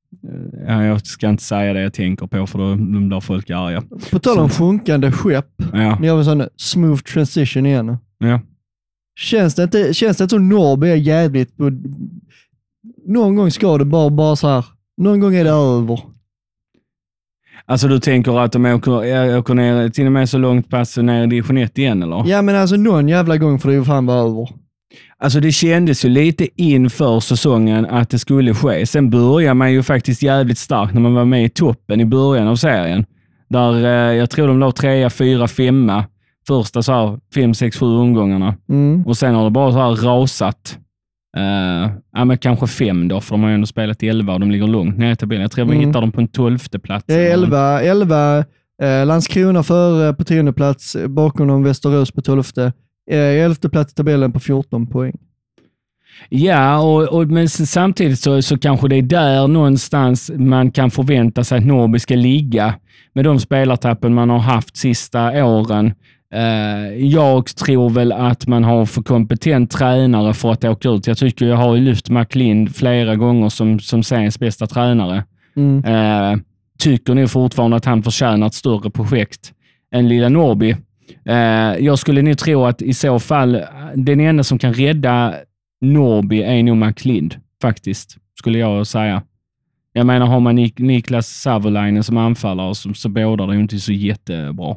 Ja, jag ska inte säga det jag tänker på för då blir folk arga. På tal om sjunkande skepp. Ja. Ni har en sån smooth transition igen. Ja. Känns det inte som Norrby är jävligt... Någon gång ska det bara så här. Någon gång är det över. Alltså du tänker att de åker ner till och med så långt pass ner i division 1 igen eller? Ja men alltså någon jävla gång får det ju fan vara över. Alltså det kändes ju lite inför säsongen att det skulle ske. Sen började man ju faktiskt jävligt starkt när man var med i toppen i början av serien. Där jag tror de låg 3, 4, 5 första så här 5, 6, 7 omgångarna. Och sen har det bara så här rasat. Ja men kanske 5 då, för de har ju ändå spelat 11 och de ligger långt ner i tabellen. Jag tror vi hittar dem på en 12:e plats. Det är 11 Landskrona för på 10:e plats, bakom dem Västerås på 12:e. 11:e plats i tabellen på 14 poäng. Ja, men samtidigt så kanske det är där någonstans man kan förvänta sig att Norrby ska ligga med de spelartappen man har haft sista åren. Jag tror väl att man har för kompetent tränare för att åka ut. Jag tycker jag har lyft McLean flera gånger som seriens bästa tränare. Tycker ni fortfarande att han förtjänar ett större projekt än lilla Norrby? Jag skulle nu tro att i så fall den enda som kan rädda Norrby är nog McLean, faktiskt, skulle jag säga. Jag menar, har man Niklas Savolainen som anfallare så bådar det ju inte så jättebra.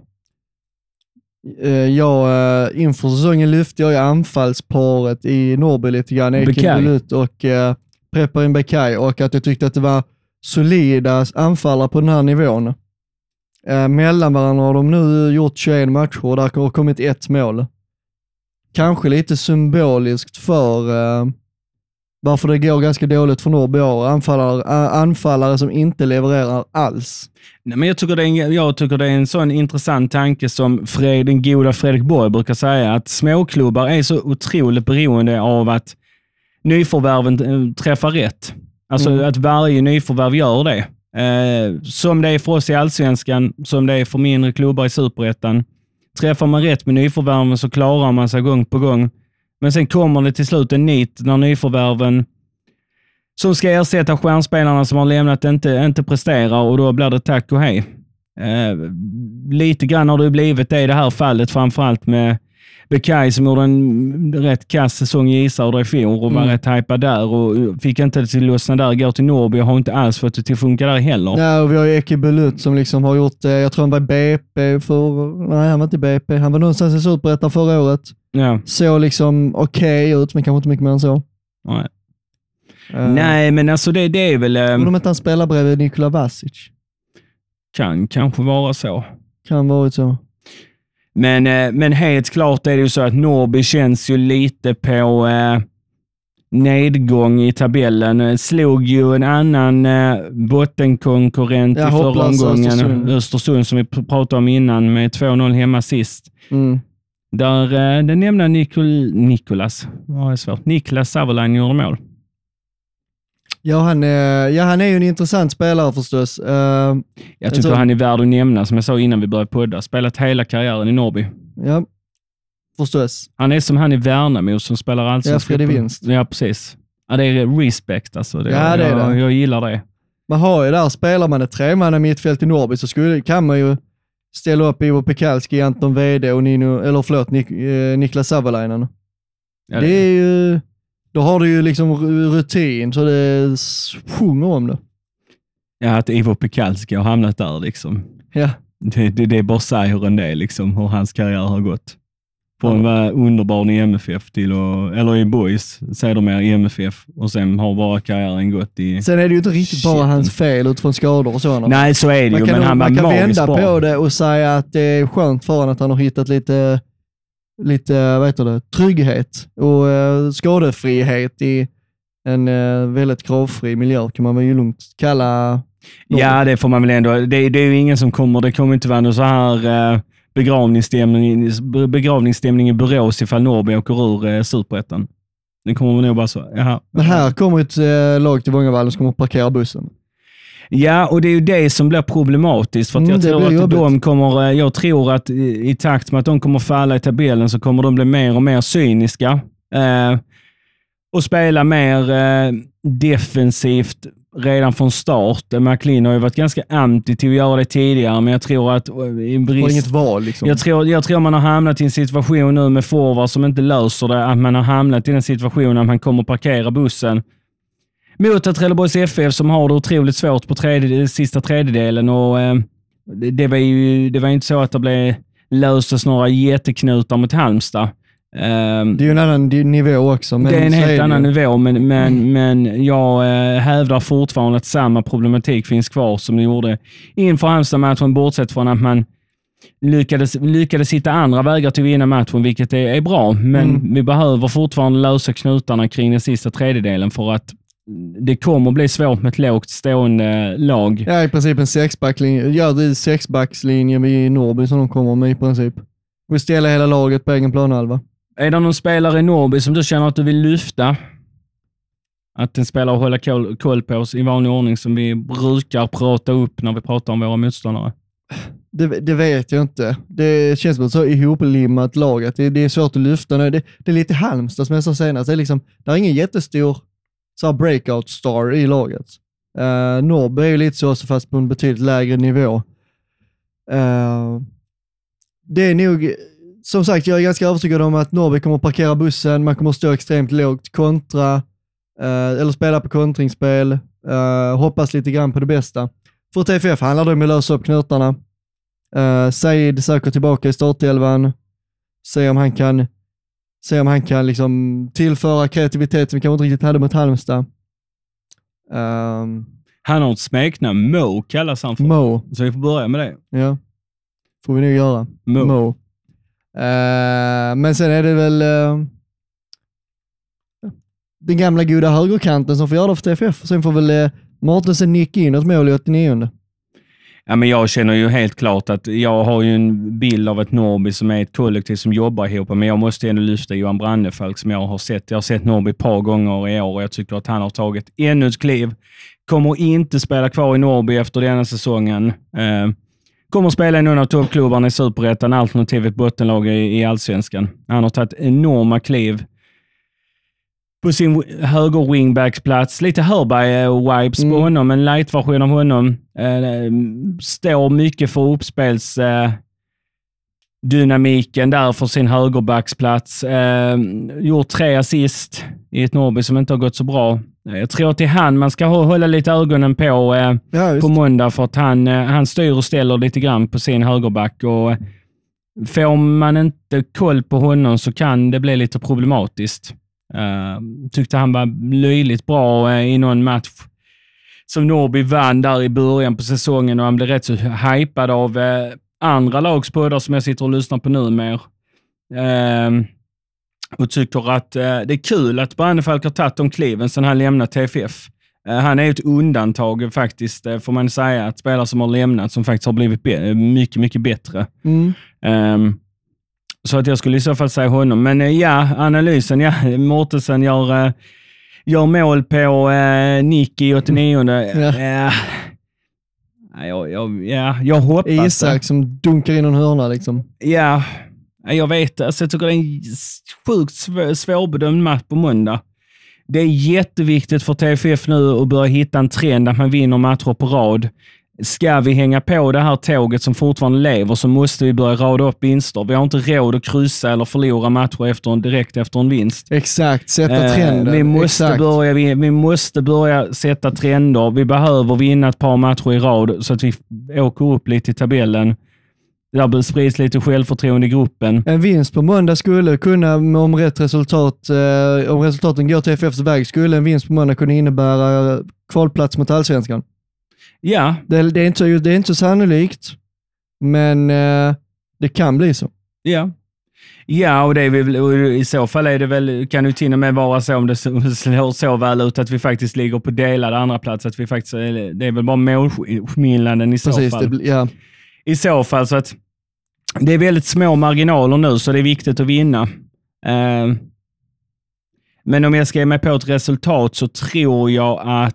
Inför säsongen lyfte jag anfallsparet i Norrby lite grann, Ekin Bulut och Prepparin Bekaj, och att jag tyckte att det var solida anfallare på den här nivån. Mellan varandra har de nu gjort 21 matcher och där har kommit 1 mål. Kanske lite symboliskt för varför det går ganska dåligt för Norrby och anfallare som inte levererar alls. Nej, men jag tycker det är en sån intressant tanke som den goda Fredrik Borg brukar säga, att småklubbar är så otroligt beroende av att nyförvärven träffar rätt. Alltså att varje nyförvärv gör det. Som det är för oss i Allsvenskan, som det är för mindre klubbar i Superettan. Träffar man rätt med nyförvärven så klarar man sig gång på gång. Men sen kommer det till slut en nit när nyförvärven som ska ersätta stjärnspelarna som har lämnat inte presterar, och då blir det tack och hej. Lite grann har det blivit det i det här fallet, framförallt med Bekaj som gjorde en rätt kass säsong i Isar i fjol och var rätt hypad där och fick inte till lossna där, går till Norrby och har inte alls fått det till att funka där heller. Ja, och vi har ju Ekin Bulut som liksom har gjort, jag tror han var i BP nej han var inte i BP, han var någonstans i Superettan förra året. Ja. Så liksom okej ut, men kanske inte mycket mer än så. Nej. Nej, men alltså det är väl... Om de inte han spelar bredvid Nikola Vasic. Kanske vara så. Kan vara så. Men helt klart är det ju så att Norrby känns ju lite på nedgång i tabellen. Slog ju en annan bottenkonkurrent i förra omgången. Östersund som vi pratade om innan med 2-0 hemma sist. Där den nämnda Niklas Savolainen gjorde mål. Ja, han är ju en intressant spelare förstås. Jag tycker han är värd att nämna, som jag sa innan vi började podda. Spelat hela karriären i Norrby. Ja, förstås. Han är som han i Värnamo som spelar allsång. Ja, Fredrik Winst. Ja, precis. Ja, det är respect alltså. Jag gillar det. Man har ju där, spelar man ett tremanna mittfält i Norrby så kan man ju ställa upp Ivo Pekalski, Anton Wede och Niklas Savolainen. Ja, det är ju... Då har du ju liksom rutin så det sjunger om det. Ja, att Ivo Pekalski har hamnat där liksom. Ja. Det bara säger en del liksom, hur hans karriär har gått. Från att vara underbar i MFF till eller i Boys, säger de mer i MFF, och sen har bara karriären gått i... Sen är det ju inte riktigt bara hans fel utifrån skador och sådana. Nej, så är det ju, men han var magisk. Man kan vända på det och säga att det är skönt för honom att han har hittat lite vad heter det, trygghet och skadefrihet i en väldigt kravfri miljö, kan man väl ju lugnt kalla Norrby. Ja, det får man väl ändå. Det är ju ingen som det kommer inte vara någon så här begravningsstämning i Borås ifall Norrby åker ur Superettan. Det kommer väl nog bara så. Jaha. Men här kommer ett lag till Vångavallen som kommer att parkera bussen. Ja, och det är ju det som blir problematiskt, för att jag tror att i takt med att de kommer falla i tabellen så kommer de bli mer och mer cyniska och spela mer defensivt redan från start. McLean har ju varit ganska anti till att göra det tidigare, men jag tror att i brist... Och inget val liksom. Jag tror man har hamnat i en situation nu med forward som inte löser det, att man har hamnat i en situation när man kommer parkera bussen mot att Trelleborgs FF som har det otroligt svårt på sista tredjedelen, och det var inte så att det blev löstes några jätteknutar mot Halmstad. Det är ju en annan nivå också. Men det är en helt annan nivå, men jag hävdar fortfarande att samma problematik finns kvar som det gjorde inför Halmstad-matchen, bortsett från att man lyckades hitta andra vägar till att vinna matchen, vilket är bra, men vi behöver fortfarande lösa knutarna kring den sista tredjedelen, för att det kommer att bli svårt med ett lågt stående lag. Ja, i princip en sexbackslinje. Ja, det är sexbackslinje i Norrby som de kommer med i princip. Vi ställer hela laget på egen planhalva. Är det någon spelare i Norrby som du känner att du vill lyfta? Att en spelare hålla koll på oss i vanlig ordning som vi brukar prata upp när vi pratar om våra motståndare? Det vet jag inte. Det känns som ett så ihoplimmat lag att det är svårt att lyfta. Det är lite Halmstad som jag sa senast. Det är liksom, det är ingen jättestor så breakout star i laget. Norrby är ju lite så fast på en betydligt lägre nivå. Det är nog, som sagt, jag är ganska övertygad om att Norrby kommer att parkera bussen, man kommer att stå extremt lågt, kontra eller spela på kontringsspel, hoppas lite grann på det bästa. För TFF handlar det om att lösa upp knutarna. Said söker tillbaka i startelvan, se om han kan liksom tillföra kreativitet som vi kanske inte riktigt hade mot Halmstad. Han har ett smeknamn, Mo kallas han för. Mo. Så vi får börja med det. Ja, får vi nog göra. Mo. Men sen är det väl den gamla goda högerkanten som får göra det för TFF. Sen får väl Martensen nicka in ett mål i 89. Ja, men jag känner ju helt klart att jag har ju en bild av ett Norrby som är ett kollektiv som jobbar ihop, men jag måste ändå lyfta Johan Brandefalk som jag har sett. Jag har sett Norrby ett par gånger i år och jag tycker att han har tagit ännu ett kliv. Kommer inte spela kvar i Norrby efter denna säsongen. Kommer spela i någon av toppklubbarna i Superettan, alternativt bottenlag i Allsvenskan. Han har tagit enorma kliv på sin höger wingbacksplats. Lite Hörberg-vibes på honom, en light-version av honom. Står mycket för uppspelsdynamiken där för sin högerbacksplats. Gjort 3 assist i ett Norrby som inte har gått så bra. Jag tror att man ska hålla lite ögonen på måndag, för att han styr och ställer lite grann på sin högerback, och får man inte koll på honom så kan det bli lite problematiskt. Tyckte han var löjligt bra i någon match som Norrby vann där i början på säsongen, och han blev rätt så hypad av andra lagspoddar som jag sitter och lyssnar på nu mer. Och tycker att det är kul att Brandefalk har tagit de kliven sedan han lämnat TFF. Han är ett undantag faktiskt, får man säga, att spelare som har lämnat som faktiskt har blivit mycket, mycket bättre. Så att jag skulle i så fall säga honom. Men analysen, Mårtensson gör mål på Nick i 89. Jag hoppas Isak som dunkar in en hörna liksom. Ja, jag vet. Alltså, jag tycker det är en sjukt svårbedömd match på måndag. Det är jätteviktigt för TFF nu att börja hitta en trend att man vinner matcher på rad. Ska vi hänga på det här tåget som fortfarande lever, så måste vi börja rada upp vinster. Vi har inte råd att kryssa eller förlora matcher direkt efter en vinst. Exakt, sätta trenden. Vi måste börja sätta trender. Vi behöver vinna ett par matcher i rad så att vi åker upp lite i tabellen. Där sprids lite självförtroende i gruppen. En vinst på måndag skulle kunna, om resultaten går till FFs väg, skulle en vinst på måndag kunna innebära kvalplats mot Allsvenskan. Ja. Det är inte så sannolikt, men det kan bli så. Ja. Ja, och i så fall är det väl, kan det till och med vara så, om det slår så väl ut att vi faktiskt ligger på delad andra plats, att vi faktiskt, det är väl bara målskillnaden i så fall. I så fall, så att det är väldigt små marginaler nu, så det är viktigt att vinna. Men om jag ska ge mig på ett resultat, så tror jag att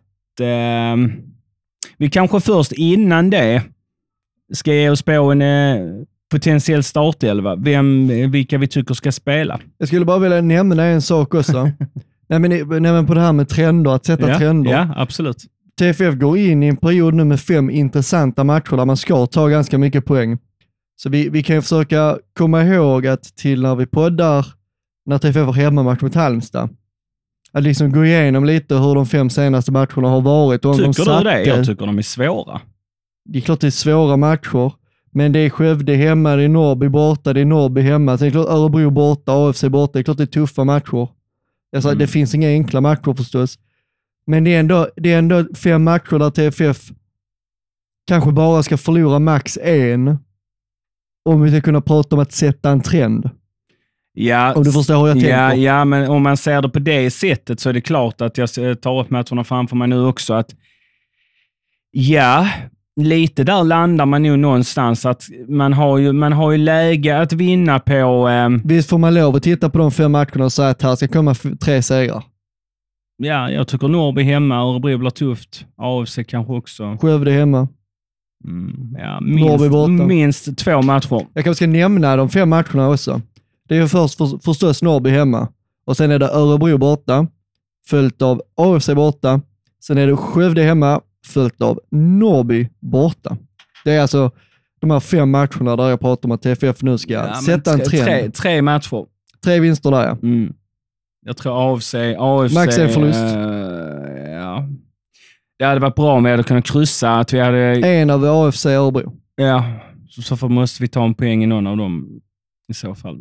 vi kanske först innan det ska ge oss på en potentiell startelva. Vilka vi tycker ska spela. Jag skulle bara vilja nämna en sak också. nej, men på det här med trender, att sätta trender. Ja, absolut. TFF går in i en period nu med 5 intressanta matcher där man ska ta ganska mycket poäng. Så vi kan ju försöka komma ihåg att till när vi poddar, när TFF har hemmamatch mot Halmstad, att liksom gå igenom lite hur de 5 senaste matcherna har varit. Och tycker du det? Jag tycker de är svåra. Det är klart det är svåra matcher, men det är Skövde hemma, det är Norrby borta, det är Norrby hemma, sen är det klart Örebro borta, AFC borta, det är klart det är tuffa matcher. Alltså, det finns inga enkla matcher förstås. Men det är ändå 5 matcher där TFF kanske bara ska förlora max 1 om vi ska kunna prata om att sätta en trend. Ja, om du förstår hur jag tänker. Ja, men om man ser det på det sättet så är det klart att jag tar upp matcherna framför mig nu också. Att ja, lite där landar man nog någonstans. Att man har ju läge att vinna på... Visst får man lov att titta på de 5 matcherna och säga att här ska komma 3 segrar. Ja, jag tycker Norrby hemma, Örebro blir tufft. AFC kanske också. Skövde hemma. Ja, minst 2 matcher. Jag kanske ska nämna de 5 matcherna också. Det är ju först förstås Norrby hemma. Och sen är det Örebro borta, följt av AFC borta. Sen är det Skövde hemma, följt av Norrby borta. Det är alltså de här 5 matcherna där jag pratar om att TFF nu ska sätta en trend. 3 matcher. 3 vinster där, ja. Jag tror AFC max en förlust. Ja. Det hade varit bra om vi hade kunnat kryssa. Att vi hade... En av AFC Örebro. Ja, så måste vi ta en poäng i någon av dem i så fall.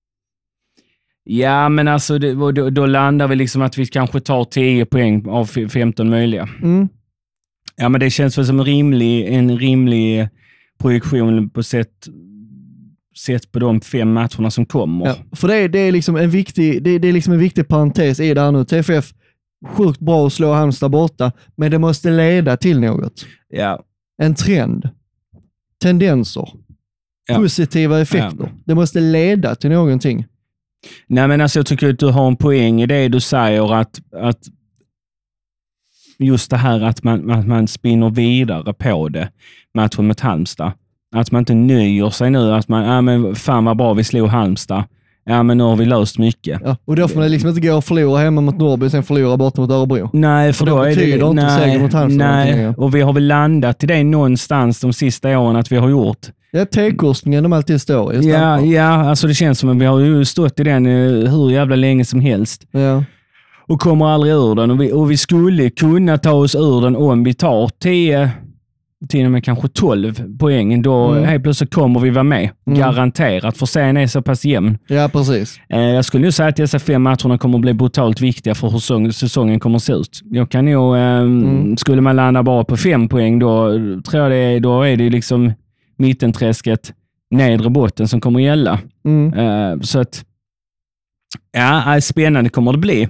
Ja, men alltså då landar vi liksom att vi kanske tar 10 poäng av 15 möjliga. Ja, men det känns väl som en rimlig projektion på sätt på de 5 matcherna som kommer. Ja, för det är liksom en viktig parentes i det här nu. TFF sjukt bra att slå Halmstad borta, men det måste leda till något. Ja. En trend. Tendenser. Ja. Positiva effekter. Ja. Det måste leda till någonting. Nej, men alltså jag tycker att du har en poäng i det du säger att just det här att man spinner vidare på det matchen mot Halmstad. Att man inte nöjer sig nu att men fan vad bra vi slog Halmstad. Ja, men nu har vi löst mycket. Ja, och då får man liksom inte gå och förlora hemma mot Norrby och sen förlora bort mot Örebro. Nej, för då är det inte seger mot Halmstad. Nej, och vi har väl landat i det någonstans de sista åren att vi har gjort. Det är T-korsningen de alltid står i. Ja, alltså det känns som att vi har ju stått i den hur jävla länge som helst. Ja. Och kommer aldrig ur den. Och vi skulle kunna ta oss ur den om vi tar 10 till och med kanske 12 poäng. Då helt plötsligt kommer vi vara med. Garanterat. För serien är så pass jämn. Ja, precis. Jag skulle nu säga att dessa 5 matcherna kommer att bli brutalt viktiga för hur säsongen kommer att se ut. Jag kan nog, skulle man landa bara på 5 poäng då tror jag då är det liksom mittenträsket, nedre botten som kommer att gälla. Så att ja, spännande kommer det bli.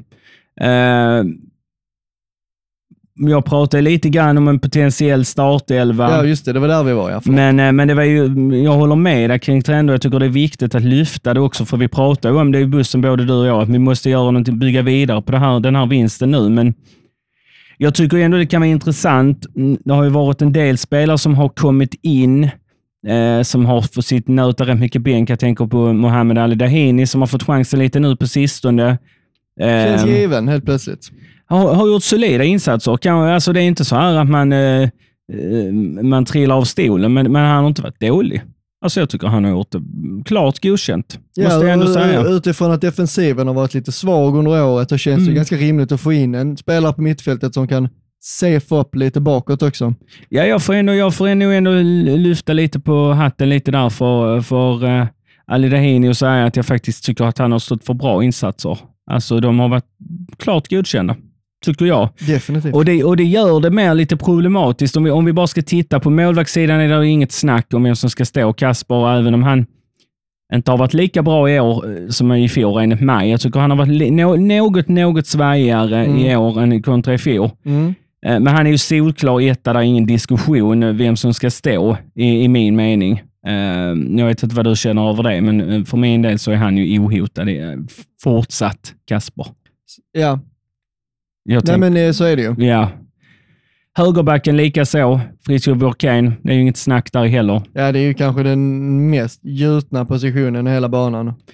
Jag pratade lite grann om en potentiell startelva. Ja, just det var där vi var. Ja. Men det var ju, jag håller med där kring trender. Jag tycker det är viktigt att lyfta det också, för vi pratar ju om det i bussen både du och jag, att vi måste göra någonting, bygga vidare på den här vinsten nu, men jag tycker ändå det kan vara intressant. Det har ju varit en del spelare som har kommit in som har fått sitt nöta rätt mycket bänk. Jag tänker på Mohamed Ali Dahini som har fått chansen lite nu på sistone. Känns given helt plötsligt. Har gjort solida insatser. Alltså det är inte så här att man trillar av stolen, men han har inte varit dålig. Alltså jag tycker han har gjort det klart godkänt. Måste jag ändå säga. Utifrån att defensiven har varit lite svag under året, så känns det ganska rimligt att få in en spelare på mittfältet som kan safe upp lite bakåt också. Ja, jag får ändå lyfta lite på hatten lite där för Ali Dahini och säga att jag faktiskt tycker att han har stått för bra insatser. Alltså de har varit klart godkända, tycker jag. Definitivt. Och det gör det mer lite problematiskt. Om vi bara ska titta på målvaktssidan är det inget snack om vem som ska stå. Kasper, även om han inte har varit lika bra i år som i fjol enligt mig. Jag tycker han har varit något svajigare i år än kontra i fjol. Men han är ju solklar etta, där ingen diskussion vem som ska stå i min mening. Jag vet inte vad du känner över det, men för min del så är han ju ohotad. Fortsatt Kasper. Ja. Nej, men så är det ju. Ja. Högerbacken lika så. Fritiof Burkane. Det är ju inget snack där heller. Ja, det är ju kanske den mest gjutna positionen i hela banan.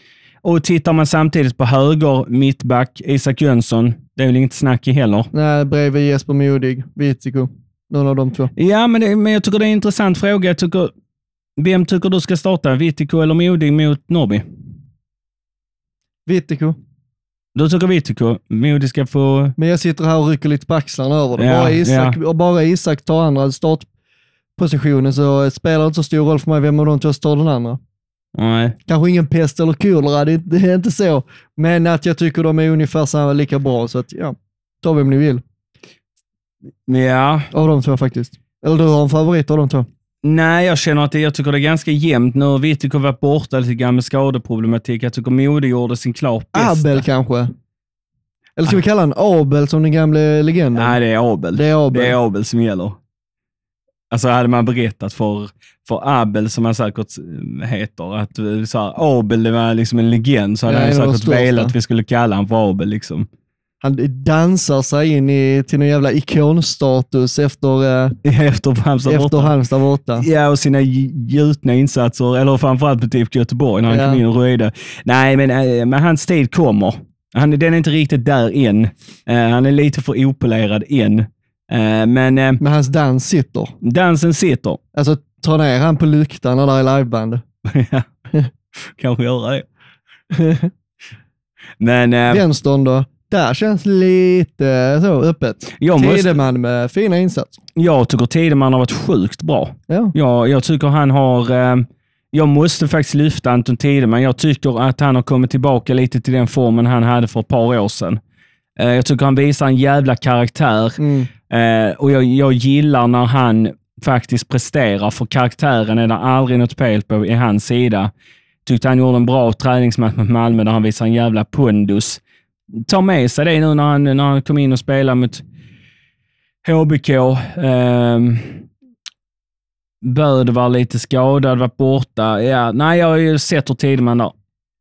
Och tittar man samtidigt på höger mittback, Isak Jönsson, det är väl inget snack i heller. Nej, bredvid Jesper Modig, Vittiko. Någon av de två. Ja, men jag tycker det är en intressant fråga. Vem tycker du ska starta? Vittiko eller Modig mot Norrby? Vittiko. Du tycker Vittiko. Modig ska få... Men jag sitter här och rycker lite på axlarna över det. Ja, Bara Isak tar andra startpositionen så spelar det inte så stor roll för mig vem av de två tar den andra. Nej. Kanske ingen pest eller kolera, det är inte så. Men att jag tycker de är ungefär lika bra, så att ja, ta vem ni vill. Ja. Av de två faktiskt. Eller du har en favorit av de två? Nej, jag känner att jag tycker det är ganska jämnt. Nu har Vittiko varit borta lite grann med skadeproblematik. Jag tycker Modig gjorde sin klart bästa. Abel kanske? Eller ska vi kalla han Abel som den gamla legenden? Nej, det är Abel. Det är Abel som gäller. Alltså hade man berättat för Abel, som han säkert heter, att så här, Abel det var liksom en legend, så hade han säkert velat att vi skulle kalla han för Abel. Liksom. Han dansar sig in till någon jävla ikonstatus efter Halmstad borta. Ja, och sina gjutna insatser, eller framförallt på typ Göteborg när han kom in och röjde. Nej, men hans tid kommer. Den är inte riktigt där än. Han är lite för opolerad än. Men hans dans sitter. Dansen sitter. Alltså, ta ner han på lyktan där i liveband. Ja, kanske göra det. Men vänstern då? Där känns lite så öppet. Tideman med fina insatser. Jag tycker Tideman har varit sjukt bra. Ja. Jag tycker han har... jag måste faktiskt lyfta Anton Tideman. Jag tycker att han har kommit tillbaka lite till den formen han hade för ett par år sedan. Jag tycker han visar en jävla karaktär. Och jag gillar när han faktiskt presterar, för karaktären är det aldrig något fel på i hans sida. Tyckte han gjorde en bra träningsmatch med Malmö där han visar en jävla pondus. Ta med sig det nu när han kom in och spelade mot HBK. Böd var lite skadad, var borta. Ja, nej, jag har ju sett hur Tideman då.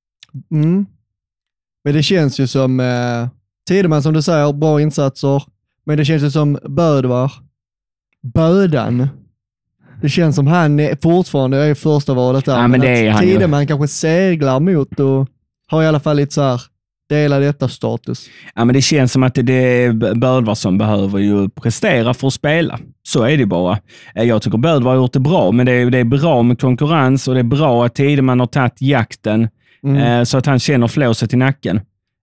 Men det känns ju som Tideman, som du säger, bra insatser. Men det känns ju som Bödan. Det känns som han är fortfarande är första valet där. Ja, men det är han Tideman kanske seglar mot och har i alla fall lite så här dela detta status. Ja, men det känns som att det är Bödvar som behöver ju prestera för att spela. Så är det bara. Jag tycker Bödvar har gjort det bra, men det är bra med konkurrens och det är bra att Tideman har tagit jakten så att han känner flåset i nacken.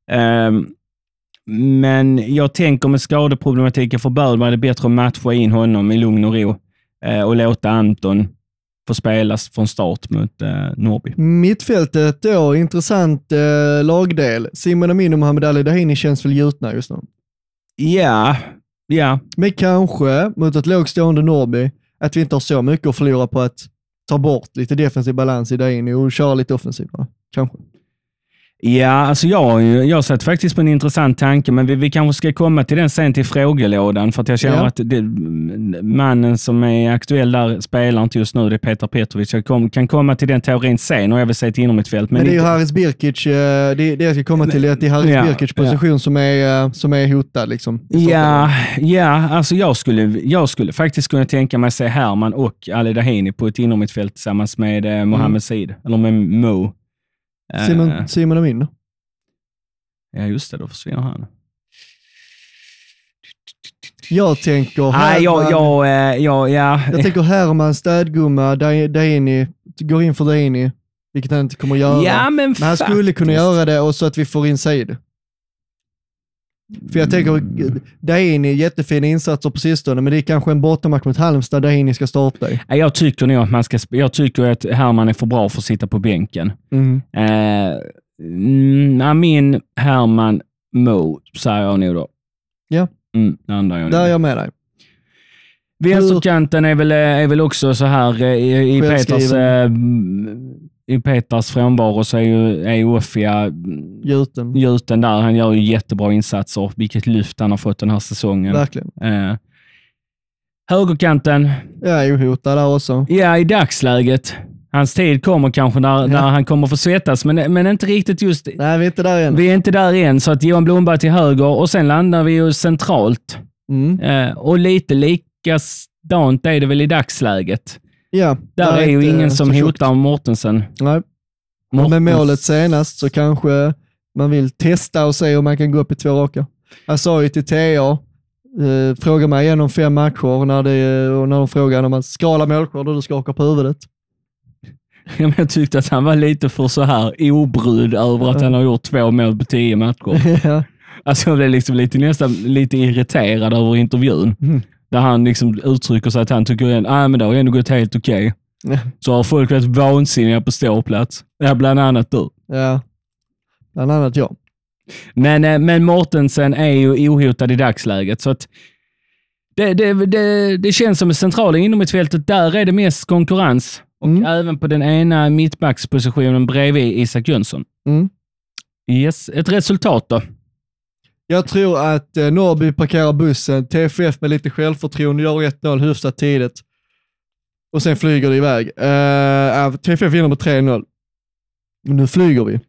Men jag tänker med skadeproblematiken för Bödvar är det bättre att matcha in honom i lugn och ro och låta Anton får spelas från start mot Norrby. Mittfältet då, intressant lagdel. Simon Amin och Mohamed Ali Dahini känns väl gjutna just nu? Ja. Men kanske mot ett lågstående Norrby att vi inte har så mycket att förlora på att ta bort lite defensiv balans i Dahini och köra lite offensivt. Kanske. Ja, alltså jag satt faktiskt på en intressant tanke, men vi kanske ska komma till den sen till frågelådan, för att jag känner att mannen som är aktuell där spelar inte just nu, det är Petar Petrovic. Jag kan komma till den teorin sen och jag vill säga till inom ett fält. Men det är ju Haris Birkic, det jag ska komma till är att det är Haris Birkic position som är hotad. Liksom, alltså jag skulle faktiskt kunna tänka mig se Herman och Ali Dahini på ett inom ett fält tillsammans med Mohamed Sid, eller med Mo. Simon Amin. Ja, just det, då försvinner han. Jag tänker jag tänker Herman, städgumma, Dahini, går in för Dahini, vilket han inte kommer att göra. Ja, men han skulle kunna göra det, och så att vi får in Said. För jag tänker, Dahini, jättefina insatser på sistone, men det är kanske en bortamatch mot Halmstad Dahini ska starta i. Jag tycker nog att jag tycker att Herman är för bra för att sitta på bänken. Amin, Herman, Mo, säger jag nu då. Ja, där är jag med dig. Vänsterkanten är väl också så här i Peters frånvaro, så är ju Offia gjuten där. Han gör ju jättebra insatser. Vilket lyft han har fått den här säsongen. Verkligen. Högerkanten. Ja, ohotad där också. Ja, i dagsläget. Hans tid kommer kanske när han kommer få svettas, men inte riktigt just... Nej, vi är inte där än. Vi är inte där än, så att Johan Blomberg till höger och sen landar vi ju centralt. Och lite likadant är det väl i dagsläget. Ja. Där är ju ingen som hotar Mortensen. Nej. Med målet senast så kanske man vill testa och se om man kan gå upp i 2 raka. Jag sa ju till TA, fråga mig igenom 5 matcher när de frågar när man skalar målskörd och du skakar på huvudet. Jag tyckte att han var lite för så här obrydd över att han har gjort 2 mål på 10 matcher. Ja. Alltså jag blev liksom nästan lite irriterad över intervjun. Där han liksom uttrycker sig att han tycker men det har ändå gått helt okej. Ja. Så har folk varit vansinniga på ståplats. Ja, bland annat du. Ja, bland annat jag. Men Mortensen är ju ohotad i dagsläget. Så att det känns som en centrala inom ett fältet. Där är det mest konkurrens. Och även på den ena mittbackspositionen bredvid Isak Jönsson. Yes, ett resultat då? Jag tror att Norrby parkerar bussen, TFF med lite självförtroende gör 1-0 hyfsat tidigt. Och sen flyger det iväg. TFF vinner med 3-0. Men nu flyger vi.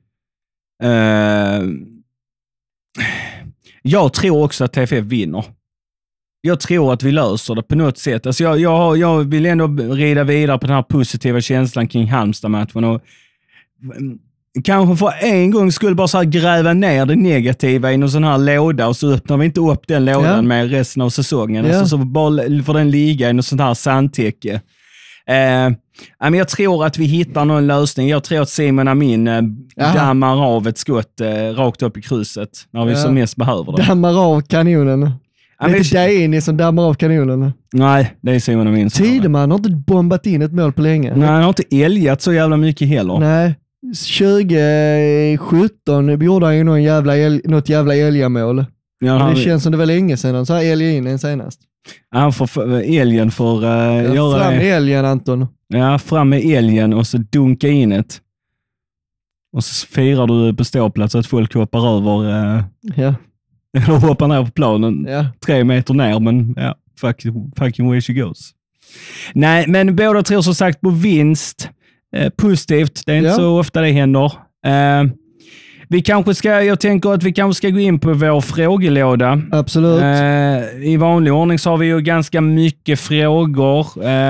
Jag tror också att TFF vinner. Jag tror att vi löser det på något sätt. Alltså jag vill ändå rida vidare på den här positiva känslan kring Halmstad-matchen och kanske för en gång skulle bara så här gräva ner det negativa i någon sån här låda och så öppnar vi inte upp den lådan med resten av säsongen. Alltså, så bara får den ligga i något sånt här sandtäcke. Men jag tror att vi hittar någon lösning. Jag tror att Simon Amin dammar av ett skott rakt upp i kruset när vi som mest behöver det. Dammar av kanonen. Det är inte Dejini som dammar av kanonen. Nej, det är Simon Amin. Tideman har inte bombat in ett mål på länge. Nej, han har inte älgat så jävla mycket heller. Nej, 2017 gjorde han ju något jävla älgamål. Ja, det känns som det var länge sedan han sa älga in en senast. Han får älgen för göra fram det. med älgen, Anton. Ja, fram med älgen och så dunka in ett. Och så firar du på ståplats att folk hoppar över eller hoppar ner på planen 3 meter ner, men fucking way she goes. Nej, men båda tror som sagt på vinst. Positivt, det är inte så ofta det händer. Jag tänker att vi kanske ska gå in på vår frågelåda. Absolut. I vanlig ordning så har vi ju ganska mycket frågor.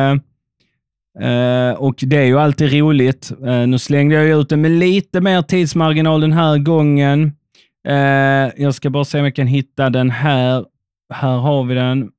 Och det är ju alltid roligt. Nu slängde jag ut det med lite mer tidsmarginal den här gången. Jag ska bara se om jag kan hitta den här. Här har vi den.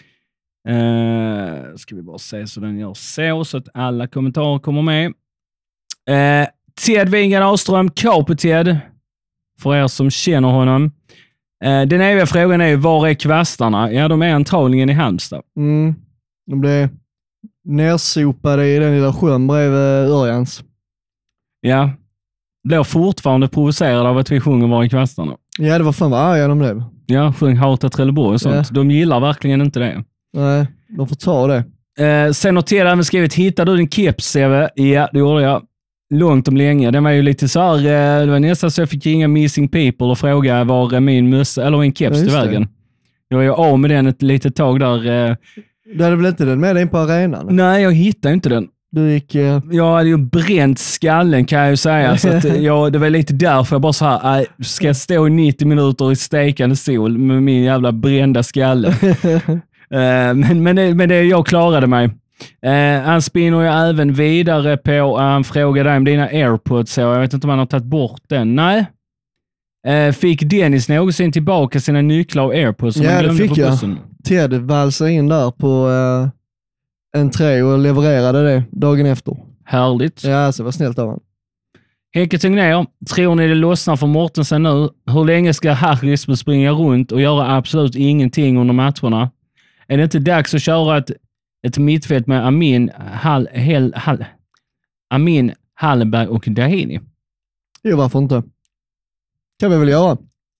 Ska vi bara se så den gör så att alla kommentarer kommer med. Ted Wingen Ahlström, Capo Ted, för er som känner honom. Den eviga frågan är, var är kvastarna? Ja, de är antagligen i Halmstad. De blev nersopade i den lilla sjön bredvid Örjans. Ja, blir fortfarande provocerad av att vi sjunger var i kvastarna. Ja, det var fan vad arga de blev. Ja, sjöng Hata Trelleborg och sånt. Ja. De gillar verkligen inte det. Nej, de får ta det. Sen har Ted även skrivit, hittar du din keps, CV? Ja, det gjorde jag. Långt om länge. Den var ju lite så här, det var nästan så jag fick ringa Missing People och fråga var min mössa eller min keps till vägen. Jag var ju av med den ett litet tag där. Du hade väl inte den med dig in på arenan? Nej, jag hittade inte den. Du gick... Jag hade ju bränt skallen kan jag ju säga. Så att det var lite därför jag bara så här, ska jag stå i 90 minuter i stekande sol med min jävla brända skalle? Men det jag klarade mig. Han spinner ju även vidare på, han frågade dig om dina AirPods, så jag vet inte om han har tagit bort den. Nej. Fick Dennis någonsin tillbaka sina nycklar och AirPods som han glömde på bussen? Ted valsade in där på en trä och levererade det dagen efter. Härligt. Ja, så var snällt av honom. Henke Tegnér, tror ni det lossnar för Mortensen nu? Hur länge ska Harris springa runt och göra absolut ingenting under matcherna? Är det inte dags att köra ett mittfält med Amin, Hallberg och Dahini? Jo, varför inte? Kan vi väl göra?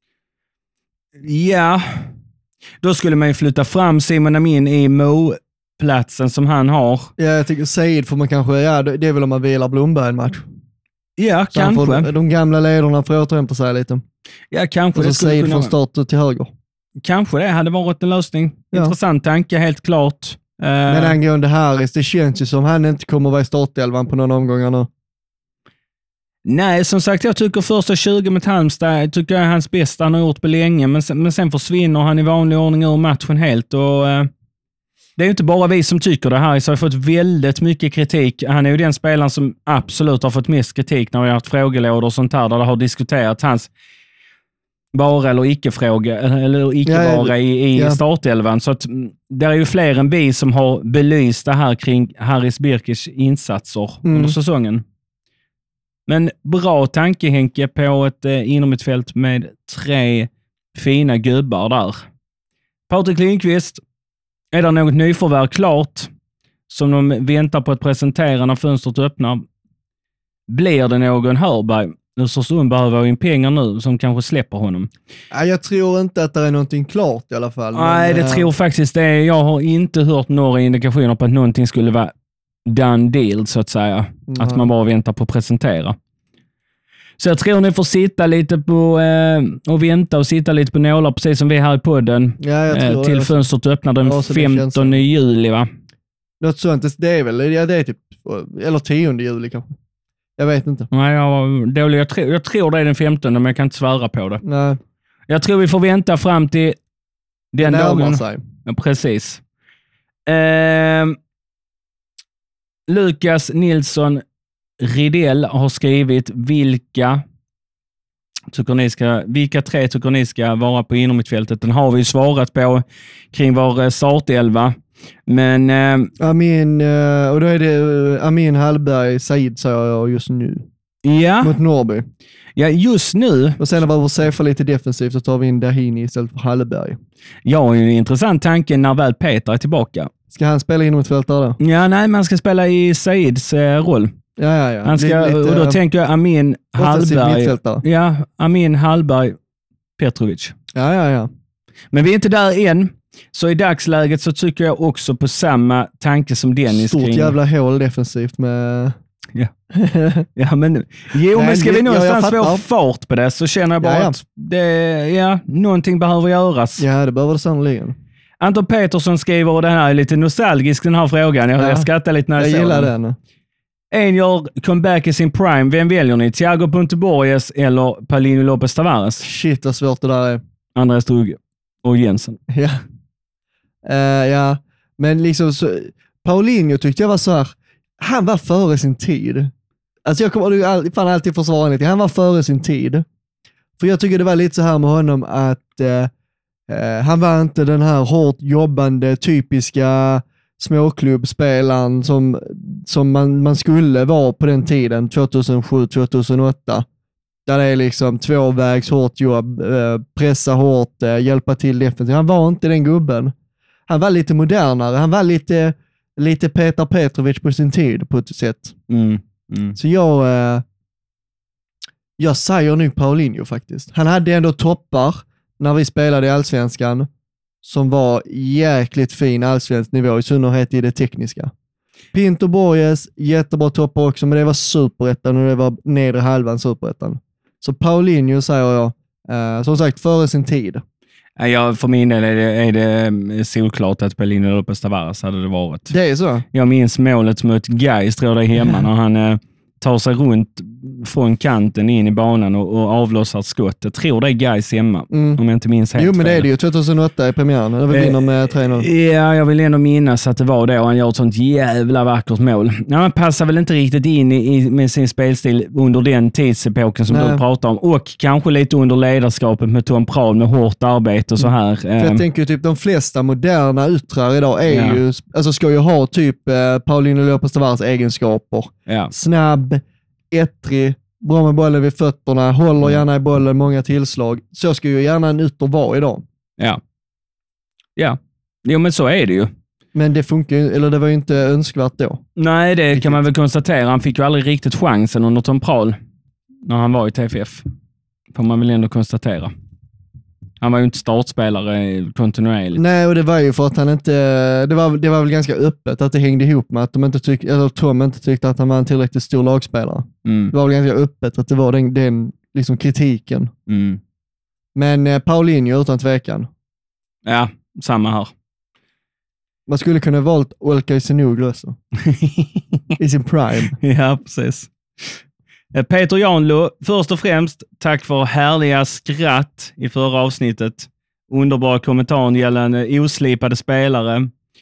Ja, då skulle man ju flytta fram Simon Amin i Mo-platsen som han har. Ja, jag tycker Said får man kanske, det är väl om man vilar Blomberg en match. Ja, så kanske. De gamla ledarna får återhämta sig lite. Ja, kanske. Och så Said från start till höger. Kanske det hade varit en lösning. Intressant tanke, helt klart. Men angående Harris, det känns ju som han inte kommer att vara i startelvan på någon omgång nu. Nej, som sagt, jag tycker första 20 med Halmstad tycker jag är hans bästa han har gjort på länge. Men sen försvinner han i vanlig ordning ur matchen helt. Och det är ju inte bara vi som tycker det här. Så har fått väldigt mycket kritik. Han är ju den spelaren som absolut har fått mest kritik när vi har haft frågelådor och sånt här, där det har diskuterats hans vara eller icke-fråga eller icke-vara i startelvan. Så att det är ju fler än vi som har belyst det här kring Haris Birkic insatser under säsongen. Men bra tanke, Henke, på ett inomhutfält med 3 fina gubbar där. Patrik Lindqvist, är det något nyförvärv klart som de väntar på att presentera när fönstret öppnar? Blir det någon Hörberg? Östersund behöver in pengar nu som kanske släpper honom. Ja, jag tror inte att det är någonting klart i alla fall. Nej, det tror faktiskt det. Jag har inte hört några indikationer på att någonting skulle vara done deal, så att säga. Att man bara väntar på att presentera. Så jag tror ni får sitta lite på och vänta och sitta lite på nålar, precis som vi här i podden. Ja, jag tror till fönstret öppnar den 15 juli, va? Något sånt, det är väl, det är typ, eller 10 juli kanske. Jag vet inte. Nej, jag tror det är den 15, men jag kan inte svära på det. Nej. Jag tror vi får vänta fram till den dagen. Sig. Ja, precis. Lukas Nilsson Ridell har skrivit vilka 3 tycker ni ska vara på inomhutfältet. Den har vi svarat på kring vår startelva. Men Amin, och då är det Amin Hallberg Said, säger jag just nu. Ja. Mot Norrby. Ja, just nu. Och sen när vi safear lite defensivt så tar vi in Dahini istället för Hallberg. Ja, en intressant tanke när väl Peter är tillbaka. Ska han spela inomhutfältare då? Ja, nej, man ska spela i Saids roll. Ja. Han ska, och då tänker jag Amin Hallberg. Ja, Amin Hallberg Petrovic. Ja. Men vi är inte där än. Så i dagsläget så tycker jag också på samma tanke som Dennis. Stort jävla hål defensivt med... Ja, men ska vi någonstans få fart på det, så känner jag bara att någonting behöver göras. Ja, det behöver det sannoliken. Anton Petersson skriver, och det här är lite nostalgisk, den här frågan. Jag skrattar lite när jag gillar den. En gör comeback i sin prime. Vem väljer ni? Thiago Ponte Borges eller Paulinho Lopez Tavares? Shit, vad svårt det där är. Andreas Strugge och Jensen. Ja. Men liksom Paulinho tyckte jag var så här. Han var före sin tid. Alltså jag kommer fan alltid försvara lite. Han var före sin tid. För jag tycker det var lite så här med honom att han var inte den här hårt jobbande typiska småklubbspelaren som man skulle vara på den tiden, 2007-2008. Där det är liksom tvåvägs hårt jobb, pressa hårt, hjälpa till defensivt. Han var inte den gubben. Han var lite modernare. Han var lite Petar Petrovic på sin tid på ett sätt. Så jag säger nu Paulinho faktiskt. Han hade ändå toppar när vi spelade i Allsvenskan som var jäkligt fin allsvensk nivå, i synnerhet i det tekniska. Pinto Borges, jättebra toppar också, men det var superettan och det var nedre halvan superettan. Så Paulinho säger jag, som sagt, före sin tid. Ja, för min del är det solklart att Paulinho Lopez Tavares hade det varit. Det är så? Jag minns målet mot Gais, tror jag det är hemma, när han tar sig runt från kanten in i banan och avlossar ett skott. Jag tror det är Gais hemma, om jag inte minns helt fel. Jo, men det är det ju 2008 i premiären. Där vi vinner med 3-0. Ja, jag vill ändå minnas att det var det, och han gör ett sånt jävla vackert mål. Ja, man passar väl inte riktigt in med sin spelstil under den tidsepoken som du pratar om. Och kanske lite under ledarskapet med Tom Prahl med hårt arbete och så här. För jag tänker typ de flesta moderna yttrar idag är ju, alltså ska ju ha typ Paulinho Lopez Tavares egenskaper. Ja. Snabb, ettrig, bra med bollen vid fötterna, håller gärna i bollen, många tillslag. Så ska ju gärna en ytter vara idag. Ja. Jo, men så är det ju. Men det funkar ju, eller det var ju inte önskvärt då. Nej, det kan man väl konstatera. Han fick ju aldrig riktigt chansen under Tom Prahl när han var i TFF. Får man väl ändå konstatera. Han var ju inte startspelare kontinuerligt. Nej, och det var ju för att han inte... Det var väl ganska öppet att det hängde ihop med att Tom inte tyckte att han var en tillräckligt stor lagspelare. Det var väl ganska öppet att det var den liksom kritiken. Men Paulinho utan tvekan. Ja, samma här. Man skulle kunna valt Olka Senoglu också. I sin prime. Ja, precis. Peter Janlo, först och främst, tack för härliga skratt i förra avsnittet. Underbara kommentaren gällande oslipade spelare.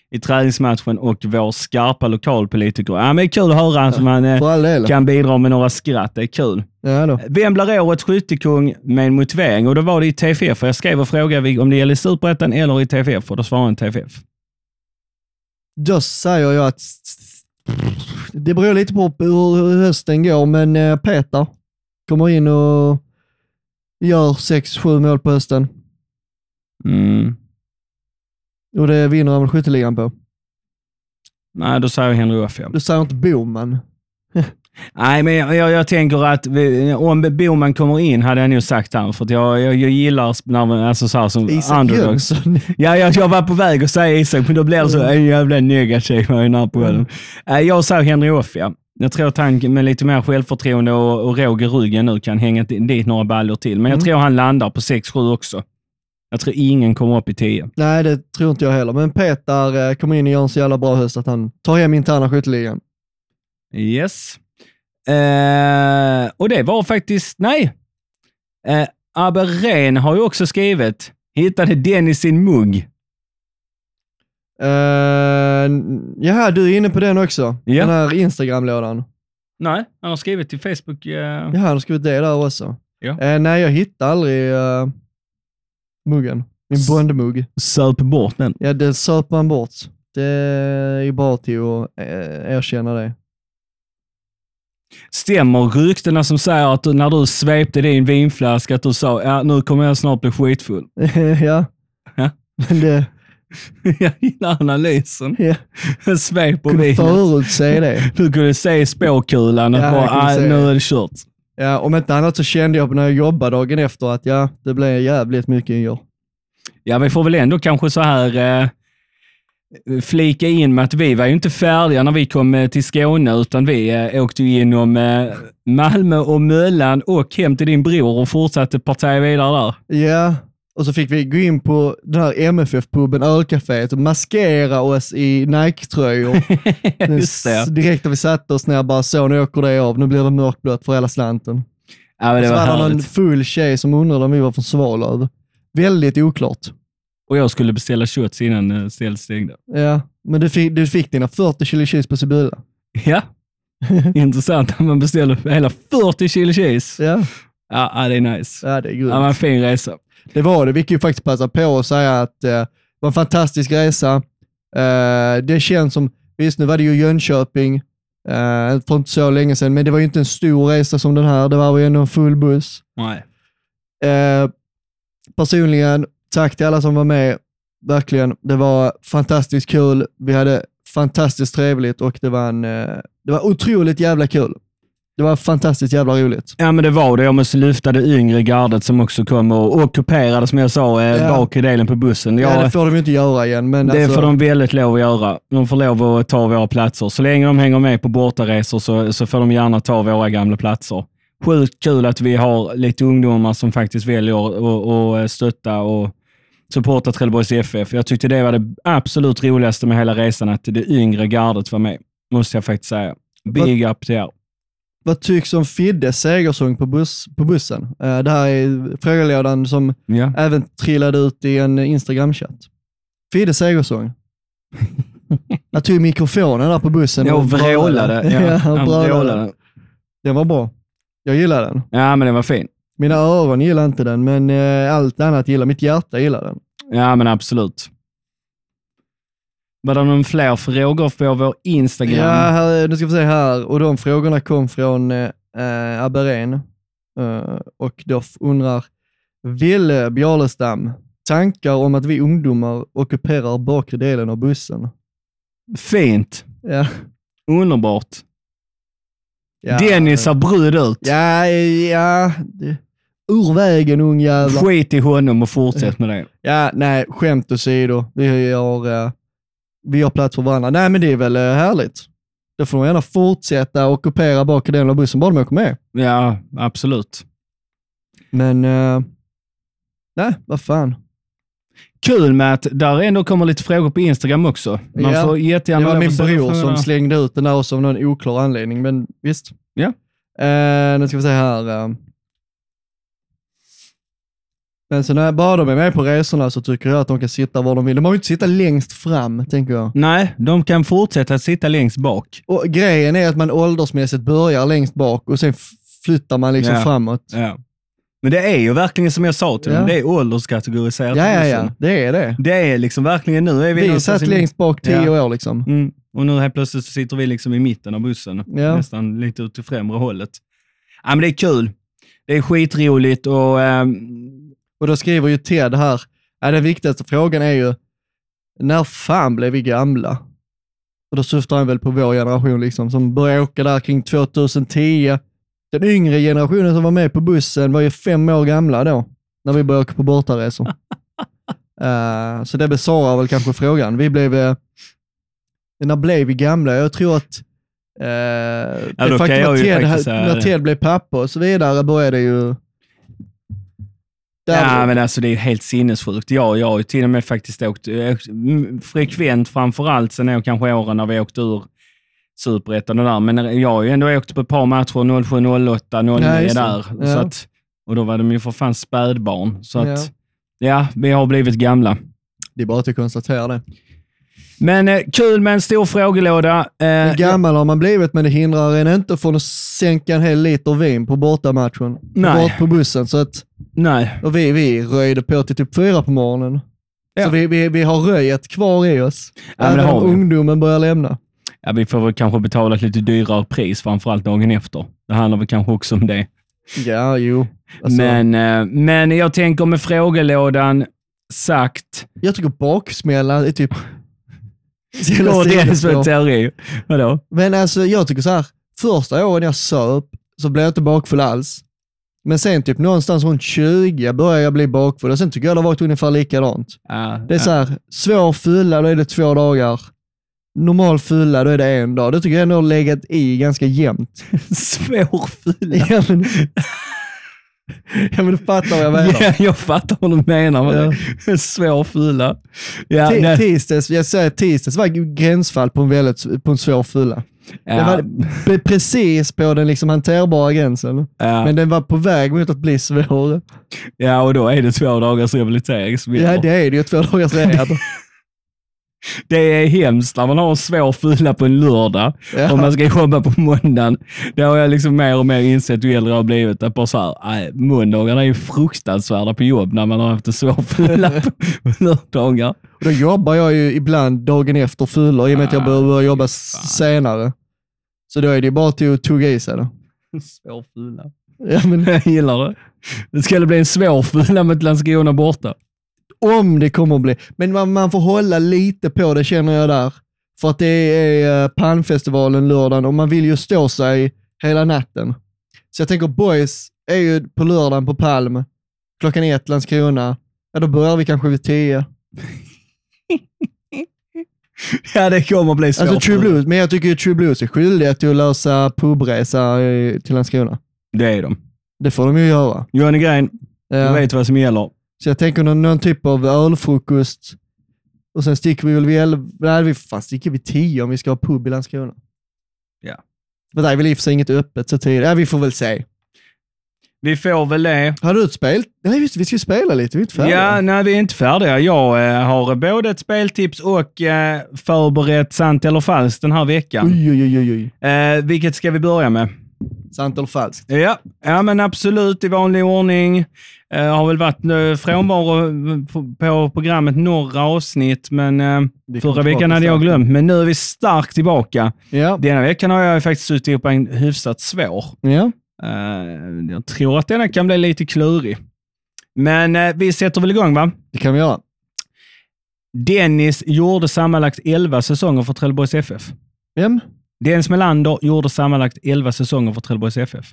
i träningsmatchen och vår skarpa lokalpolitiker. Ja, men det är kul att höra som han kan bidra med några skratt. Det är kul. Ja, då. Vem blir årets skyttekung med en motivering? Och då var det i TFF. Jag skrev och frågade om det gäller Superettan eller i TFF. Och då svarade en TFF. Då säger jag att det beror lite på hur hösten går, men Peter kommer in och gör 6-7 mål på hösten. Och det vinner han skytteligan på. Nej, då säger Henry Offia. Du säger inte Boman. Nej, men jag tänker att om Boman kommer in hade jag nog sagt han. För att jag gillar när alltså så här som Isak underdogs. Jönsson. Jag var på väg att säga Isak, men då blir det så en jävla negativ i den här podden. Jag säger Henry Offia. Jag tror att han med lite mer självförtroende och råg i ryggen nu kan hänga dit några baller till. Men jag tror han landar på 6-7 också. Jag tror ingen kommer upp i 10. Nej, det tror inte jag heller. Men Peter kommer in och gör en så jävla bra höst att han tar hem interna skytteligan. Yes. Och det var faktiskt, Aberen har ju också skrivit, hittade Dennis sin mugg. Jaha, du är inne på den också. Ja. Den här Instagram-lådan. Nej, han har skrivit till Facebook. Jaha, han har skrivit det där också. Ja. Nej, jag hittar aldrig muggen. Min bondemugg. Söp bort den. Ja, den söp man bort. Det är ju bra till att erkänna det. Stämmer ryktena som säger att när du svepte din vinflaska att du sa, nu kommer jag snart bli skitfull. Ja. Men det... Jag gillar analysen. Ja. Svep på vinet. vinet. Förutse det. Du kunde se spåkulan och nu är det kört. Ja, om inte annat så kände jag när jag jobbade dagen efter att det blev jävligt mycket ingår. Ja, vi får väl ändå kanske så här flika in med att vi var ju inte färdiga när vi kom till Skåne, utan vi åkte igenom Malmö och Möllan och hem till din bror och fortsatte partaj vidare där. Ja, och så fick vi gå in på den här MFF-puben, ölcaféet, och maskera oss i Nike-tröjor. Just det. Direkt när vi satte oss ner bara så, nu åker det av, nu blir det mörkblött för hela slanten. Ja, men det var så var det en full tjej som undrade om vi var från Svalöv. Väldigt oklart. Och jag skulle beställa shots innan stället stängde. Ja, men du fick dina 40 kilo cheese på Sibylla. Ja, intressant att man beställer hela 40 kilo cheese. Ja. Ja, det är nice. Ja, det är grymt. Ja, en fin resa. Det var det. Vi kan ju faktiskt passa på att säga att det var en fantastisk resa. Det känns som, visst nu var det ju Jönköping för inte så länge sedan, men det var ju inte en stor resa som den här. Det var ju ändå en full buss. Nej. Personligen, tack till alla som var med. Verkligen, det var fantastiskt kul. Vi hade fantastiskt trevligt och det var otroligt jävla kul. Det var fantastiskt jävla roligt. Ja, men det var det. Jag måste lyfta det yngre gardet som också kom och ockuperade, som jag sa, bak i delen på bussen. Ja, det får de ju inte göra igen. Men det får de väldigt lov att göra. De får lov att ta våra platser. Så länge de hänger med på bortaresor så får de gärna ta våra gamla platser. Sjukt kul att vi har lite ungdomar som faktiskt väljer att stötta och supporta Trelleborgs FF. Jag tyckte det var det absolut roligaste med hela resan, att det yngre gardet var med. Måste jag faktiskt säga. Big up till er. Vad tycks om Fiddes segersång på bussen? Det här är frågelådan som även trillade ut i en Instagram-chatt. Fiddes segersång. Jag tog mikrofonen där på bussen. Jag vrålade. Ja, den var bra. Jag gillar den. Ja, men den var fin. Mina öron gillar inte den, men allt annat gillar. Mitt hjärta gillar den. Ja, men absolut. Var det någon fler frågor på vår Instagram? Ja, nu ska vi se här. Och de frågorna kom från Aberen. Och då undrar Ville Bjarlestam, tankar om att vi ungdomar ockuperar bakre delen av bussen? Fint. Ja. Underbart. Ja. Dennis har brud ut. Ja. Ur vägen, ung jävla. Skit i honom och fortsätt med det. Ja, nej, skämt åsido. Vi har plats för varandra. Nej, men det är väl härligt. Då får de gärna fortsätta ockupera bakre delen av bussen, bara de åker med. Ja, absolut. Men, nej, vad fan. Kul med att där ändå kommer lite frågor på Instagram också. Man får jättegärna... Det var min bror som slängde ut den där också av någon oklar anledning, men visst. Ja. Nu ska vi se här. Men så när bara de är med på resorna så tycker jag att de kan sitta var de vill. De har ju inte sitta längst fram, tänker jag. Nej, de kan fortsätta sitta längst bak. Och grejen är att man åldersmässigt börjar längst bak och sen flyttar man liksom framåt. Ja. Men det är ju verkligen som jag sa till dem, det är ålderskategoriserat. Ja, det är det. Det är liksom verkligen nu. Är vi satt längst bak 10 år liksom. Mm. Och nu helt plötsligt så sitter vi liksom i mitten av bussen. Ja. Nästan lite ut till främre hållet. Ja, men det är kul. Det är skitroligt och då skriver ju Ted här, den viktigaste frågan är ju, när fan blev vi gamla? Och då syftar han väl på vår generation liksom, som började åka där kring 2010. Den yngre generationen som var med på bussen var ju 5 år gamla då, när vi började åka på bortaresor. Så det besvarar väl kanske frågan. När blev vi gamla? Jag tror att det faktum att när Ted blev pappa och så vidare började ju... Men alltså det är helt sinnessjukt. Jag har ju till och med faktiskt åkt frekvent framförallt sen är kanske åren när vi åkte ur Superettan och där. Men jag har ju ändå åkt på ett par matcher 07, 08, 09 där. Ja. Så att, och då var de ju för fan spädbarn. Så att vi har blivit gamla. Det är bara att konstatera det. Men kul med en stor frågelåda. Gammal har man blivit, men det hindrar en inte från att sänka en hel liter vin på bortamatchen. Bort på bussen. Så att, och vi röjde på till typ 4 på morgonen. Ja. Så vi har röjet kvar i oss. Även om ungdomen börjar lämna. Ja, vi får väl kanske betala ett lite dyrare pris, framförallt dagen efter. Det handlar väl kanske också om det. Ja, jo. Alltså. Men jag tänker med frågelådan sagt... Jag tycker baksmälla är typ... Det är som en teori. Vadå? Men alltså, jag tycker så här, första åren jag söp så blev jag inte bakfull alls. Men sen typ någonstans runt 20 började jag bli bakfull och sen tycker jag det har varit ungefär likadant. Det är så här, svår fylla då är det 2 dagar. Normal fylla då är det 1 dag. Det tycker jag ändå har legat i ganska jämnt. Svår fylla? Ja, men du fattar vad jag menar. Ja, jag fattar vad du menar med det. Svår fylla. Ja, tisdags var gränsfall på en svår fylla. Ja. Det var precis på den liksom hanterbara gränsen. Ja. Men den var på väg mot att bli svår. Ja, och då är det 2 dagars rehabilitering. Ja, det är det ju 2 dagars rehabilitering. Det är hemskt när man har en svår fylla på en lördag och man ska jobba på måndagen. Det har jag liksom mer och mer insett ju äldre har blivit. Att bara så här, måndagarna är ju fruktansvärda på jobb när man har haft en svår fylla på lördagar. Och då jobbar jag ju ibland dagen efter fyllor i och med att jag börjar jobba senare. Så då är det bara till att tugga i sig då. Svår fylla. Ja, men jag gillar det. Det skulle bli en svår fylla med Landskrona borta. Om det kommer att bli. Men man får hålla lite på det, känner jag där. För att det är Palmfestivalen lördagen och man vill ju stå sig hela natten. Så jag tänker, boys är ju på lördagen på Palm. 1:00 Landskrona. Ja, då börjar vi kanske vid 10. Ja, det kommer att bli svårt. Alltså True Blues, men jag tycker ju True Blues är skyldiga till att lösa pubresa till Landskrona. Det är de. Det får de ju göra. Johnny Grein, du vet vad som gäller. Så jag tänker någon typ av ölfrukost. Och sen sticker vi väl vid 11. Nej, vi sticker vid 10 om vi ska ha pub i Landskrona. Ja. Men det är väl i och för sig inget öppet så tidigt. Ja, vi får väl se. Vi får väl det. Har du ett spel? Nej, vi ska spela lite. Vi är inte färdiga. Ja, nej, vi är inte färdiga. Jag har både ett speltips och förberett sant eller falskt den här veckan. Oj. Vilket ska vi börja med? Sant eller falskt? Ja, men absolut i vanlig ordning. Har väl varit frånvaro på programmet några avsnitt, men förra veckan hade jag glömt. Men nu är vi starkt tillbaka. Ja. Denna veckan har jag faktiskt suttit ihop en hyfsat svår. Ja. Jag tror att denna kan bli lite klurig. Men vi sätter väl igång, va? Det kan vi göra. Dennis gjorde sammanlagt 11 säsonger för Trelleborgs FF. Vem? Dennis Melander gjorde sammanlagt 11 säsonger för Trelleborgs FF.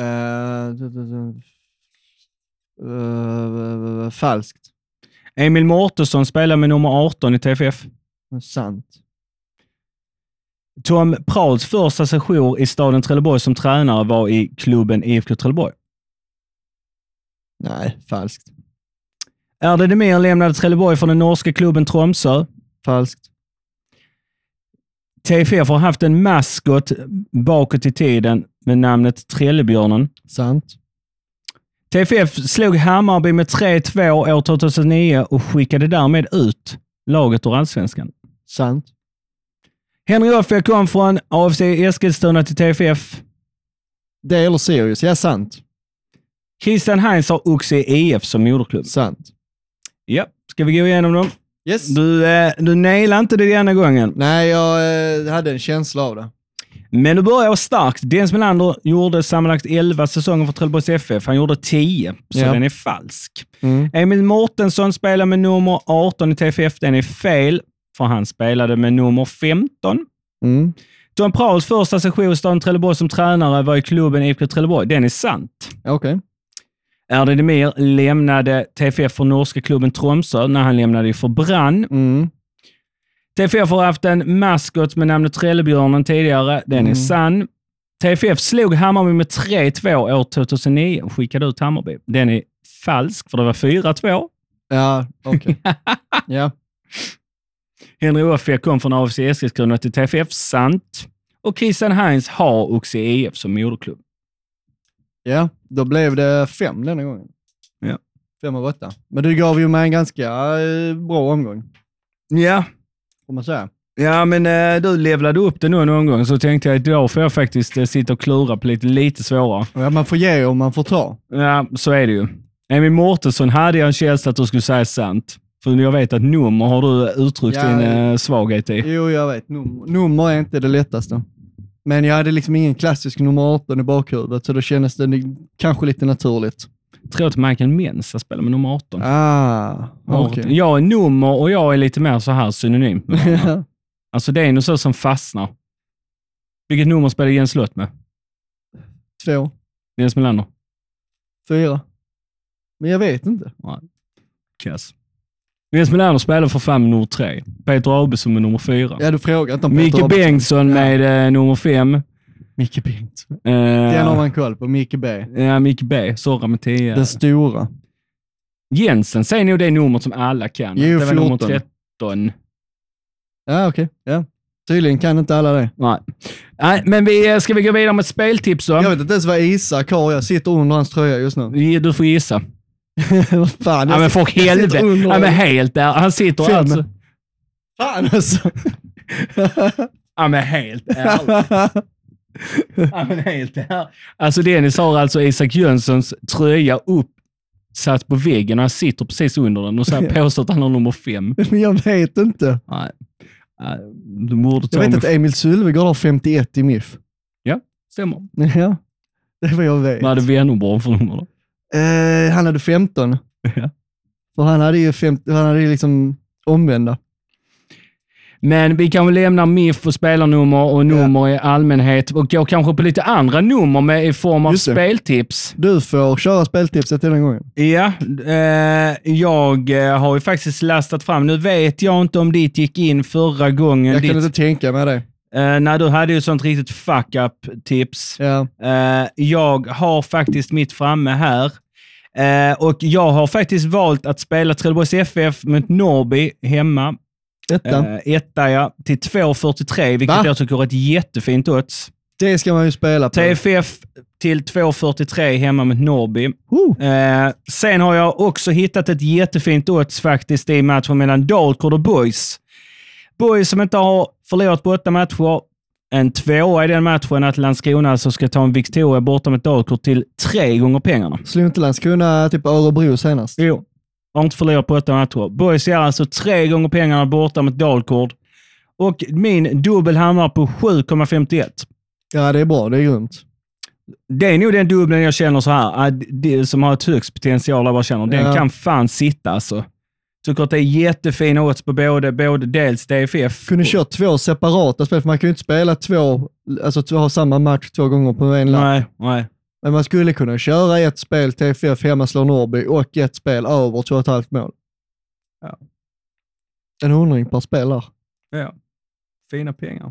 Falskt. Emil Mårtensson spelar med nummer 18 i TFF. Sant. Tom Prahls första session i staden Trelleborg som tränare var i klubben IFK Trelleborg. Nej, falskt. Erde Demir lämnade Trelleborg från den norska klubben Tromsø. Falskt. TFF har haft en maskot bakåt i tiden med namnet Trellebjörnen. Sant. TFF slog Hammarby med 3-2 år 2009 och skickade därmed ut laget ur Allsvenskan. Sant. Henry Offia kom från AFC Eskilstuna till TFF. Det eller Sirius, ja sant. Christian Heinz har Oxie IF som moderklubb. Sant. Ja, ska vi gå igenom dem? Yes. Du nailade inte det denna gången. Nej, jag hade en känsla av det. Men du börjar starkt. Dennis Melander gjorde sammanlagt 11 säsonger för Trelleborgs FF. Han gjorde 10, så den är falsk. Emil Mårtensson spelar med nummer 18 i TFF. Den är fel, för han spelade med nummer 15. Tom Prauls första session i staden Trelleborg som tränare var i klubben IFK Trelleborg. Den är sant. Okej. Erde Demir lämnade TFF för norska klubben Tromsø när han lämnade för Brann. TFF har haft en maskot med namnet Trellebjörnen tidigare. Den är sann. TFF slog Hammarby med 3-2 år 2009 och skickade ut Hammarby. Den är falsk, för det var 4-2. Ja, okej. Ja. Henry Offia kom från AFC Eskilstuna till TFF, sant. Och Christian Heinz har Oxie IF som moderklubb. Ja, då blev det 5 denna gången. Ja. 5 av 8. Men du gav ju mig en ganska bra omgång. Ja. Får man säga. Ja, men du levlade upp det nu någon gång, så tänkte jag att idag får jag faktiskt sitta och klura på lite svårare. Ja, man får ge och man får ta. Ja, så är det ju. Emil Mårtensson hade jag en känsla att du skulle säga sant. För jag vet att nummer har du uttryckt din svaghet i. Jo, jag vet. Nummer är inte det lättaste. Men jag hade liksom ingen klassisk nummer 18 i bakhuvudet, så då kändes det kanske lite naturligt. Jag tror att Michael Mensa spelar med nummer 18. Okay. Jag är nummer och jag är lite mer så här synonym. Alltså det är nog så som fastnar. Vilket nummer spelar Jens Lott med? 2. Jens Melander? 4. Men jag vet inte. Nej. Kass. Jens Melander spelar för 5 nummer 3. Peter Abelsson med nummer 4. Ja, du frågar inte om Peter Micke Bengtsson med nummer 5. Micke Bengtsson. Den har man koll på. Micke B. Ja, Micke B. Sorra med 10. Den stora. Jensen säger nog det nummer som alla kan. Jo, det var 14. nummer 13. Ja, okej. Ja. Tydligen kan inte alla det. Nej, men ska vi gå vidare med ett speltips då? Jag vet inte ens vad Isak har. Jag sitter under hans tröja just nu. Du får gissa. Vad fan? Ja, men folk helvete. Ja, men helt där. Han sitter 5. alltså. Fan alltså. Ja, men helt ärligt. Ja, men helt ärligt. Alltså Dennis har alltså Isak Jönssons tröja upp satt på väggen och han sitter precis under den och så här påstår att han har nummer 5. Men jag vet inte. Nej. Du borde ta jag vet att Emil Sylvegård har 51 i MIF. Ja, stämmer. Ja, det är vad jag vet. Vad hade Wennerborn för nummer då? Han hade 15. Ja. För han hade ju liksom omvända. Men vi kan väl lämna MIF och spelarnummer och nummer i allmänhet och gå kanske på lite andra nummer i form av speltips. Du får köra speltipset den gången. Ja, jag har ju faktiskt lastat fram. Nu vet jag inte om ditt gick in förra gången. Jag kan inte tänka mig det. Nej, du hade ju sånt riktigt fuck-up-tips. Ja. Jag har faktiskt mitt framme här. Och jag har faktiskt valt att spela Trelleborgs FF mot Norrby hemma. Etta, ja. Till 2,43, vilket jag tycker är ett jättefint odds. Det ska man ju spela på. TFF till 2,43 hemma mot Norrby. Sen har jag också hittat ett jättefint odds faktiskt i matchen mellan Dalkurd och Boys. Boys som inte har förlorat på 8 matcher. En 2 i den matchen att Landskrona alltså ska ta en Victoria borta med Dalkurd till 3 gånger pengarna. Slog inte Landskrona typ Örebro senast? Jo. Har inte förlorat på 8 matcher. Boys gör alltså 3 gånger pengarna borta mot Dalkurd. Och min dubbel hamnar på 7,51. Ja, det är bra. Det är grymt. Det är nog den dubbeln jag känner så här. Det som har ett högst potential jag bara känner. Den kan fan sitta alltså. Tycker att det är jättefina odds på både dels DFF. Kunde köra 2 separata spel, för man kan ju inte spela ha samma match 2 gånger på en lapp. Nej. Men man skulle kunna köra ett spel TFF hemma slår Norrby och ett spel över 2,5 mål. Ja. En 100 per spelare. Ja. Fina pengar.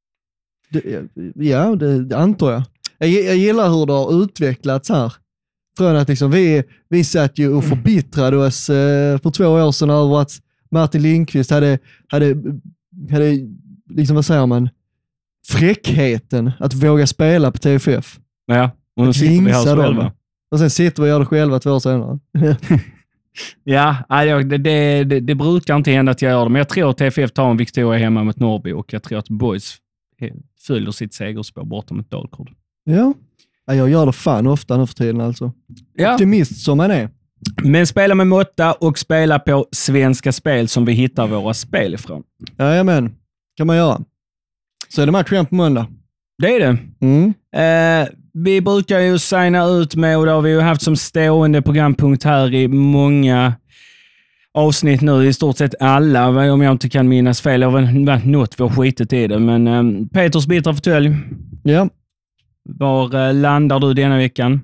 Det antar jag. Jag gillar hur det har utvecklats här. Från att liksom vi satt ju och förbittrade oss för 2 år sedan över att Martin Lindqvist hade liksom, vad säger man, fräckheten att våga spela på TFF. Ja, och nu sitter vi här själva. Och sen sitter vi och gör det själva 2 år senare. Ja, det brukar inte hända att jag gör det, men jag tror att TFF tar en Victoria hemma mot Norrby och jag tror att Boys följer sitt segerspår bortom mot Dalkurd. Ja, jag gör det fan ofta nu för tiden alltså. Ja. Optimist som man är. Men spela med måtta och spela på Svenska Spel som vi hittar våra spel ifrån. Jajamän, kan man göra. Så är det match igen på måndag. Det är det. Mm. Vi brukar ju signa ut med, och det har vi ju haft som stående programpunkt här i många avsnitt nu, i stort sett alla, om jag inte kan minnas fel. Det har varit något vi har skitit i det, men Peters bittra fåtölj. Ja. Var landar du denna veckan?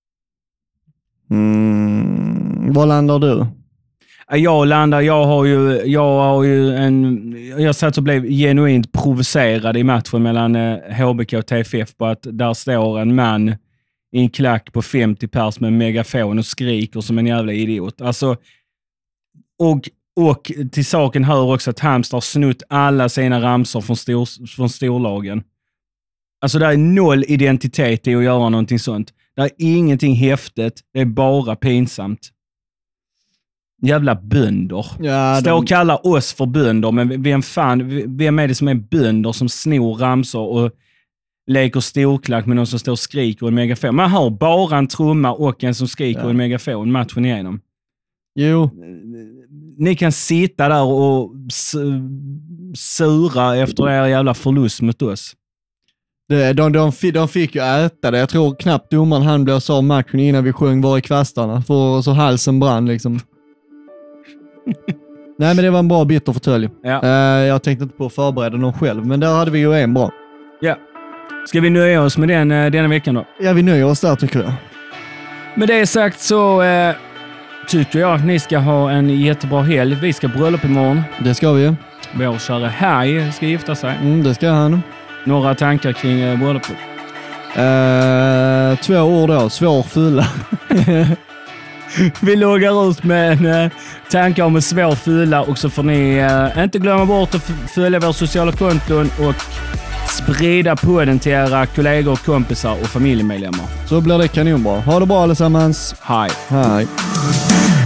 Var landar du? Jag satt och blev genuint provocerad i matchen mellan HBK och TFF på att där står en man i en klack på 50 pers med en megafon och skriker som en jävla idiot. Alltså, och till saken hör också att Halmstad har snutt alla sina ramsor från storlagen. Alltså det är 0 identitet i att göra någonting sånt. Det är ingenting häftigt, det är bara pinsamt. Jävla bönder. Ja, Står och kallar oss för bönder, men vem är det som är bönder som snor ramsor och leker storklack med någon som står och skriker i en megafon? Man hör bara en trumma och en som skriker i en megafon matchen igenom. Jo. Ni kan sitta där och sura efter er jävla förlust mot oss. De fick ju äta det. Jag tror knappt domaren han blev så matchen innan vi sjöng Var i kvastarna. För så halsen brann liksom. Nej, men det var en bra bitter fåtölj. Ja. Jag tänkte inte på att förbereda någon själv, men där hade vi ju en bra. Ja. Ska vi nöja oss med denna veckan då? Ja, vi nöjer oss där tycker jag. Med det sagt så tycker jag att ni ska ha en jättebra helg. Vi ska bröllop imorgon. Det ska vi. Vår kära Harry ska gifta sig. Det ska han. Några tankar kring bröllopet? 2 ord då. Svår fylla. Vi loggar ut med en tankar om en svår fylla, och så får ni inte glömma bort att följa våra sociala konton och sprida på den till era kollegor, kompisar och familjemedlemmar. Så blir det kanonbra. Ha det bra allesammans. Hej. Hej.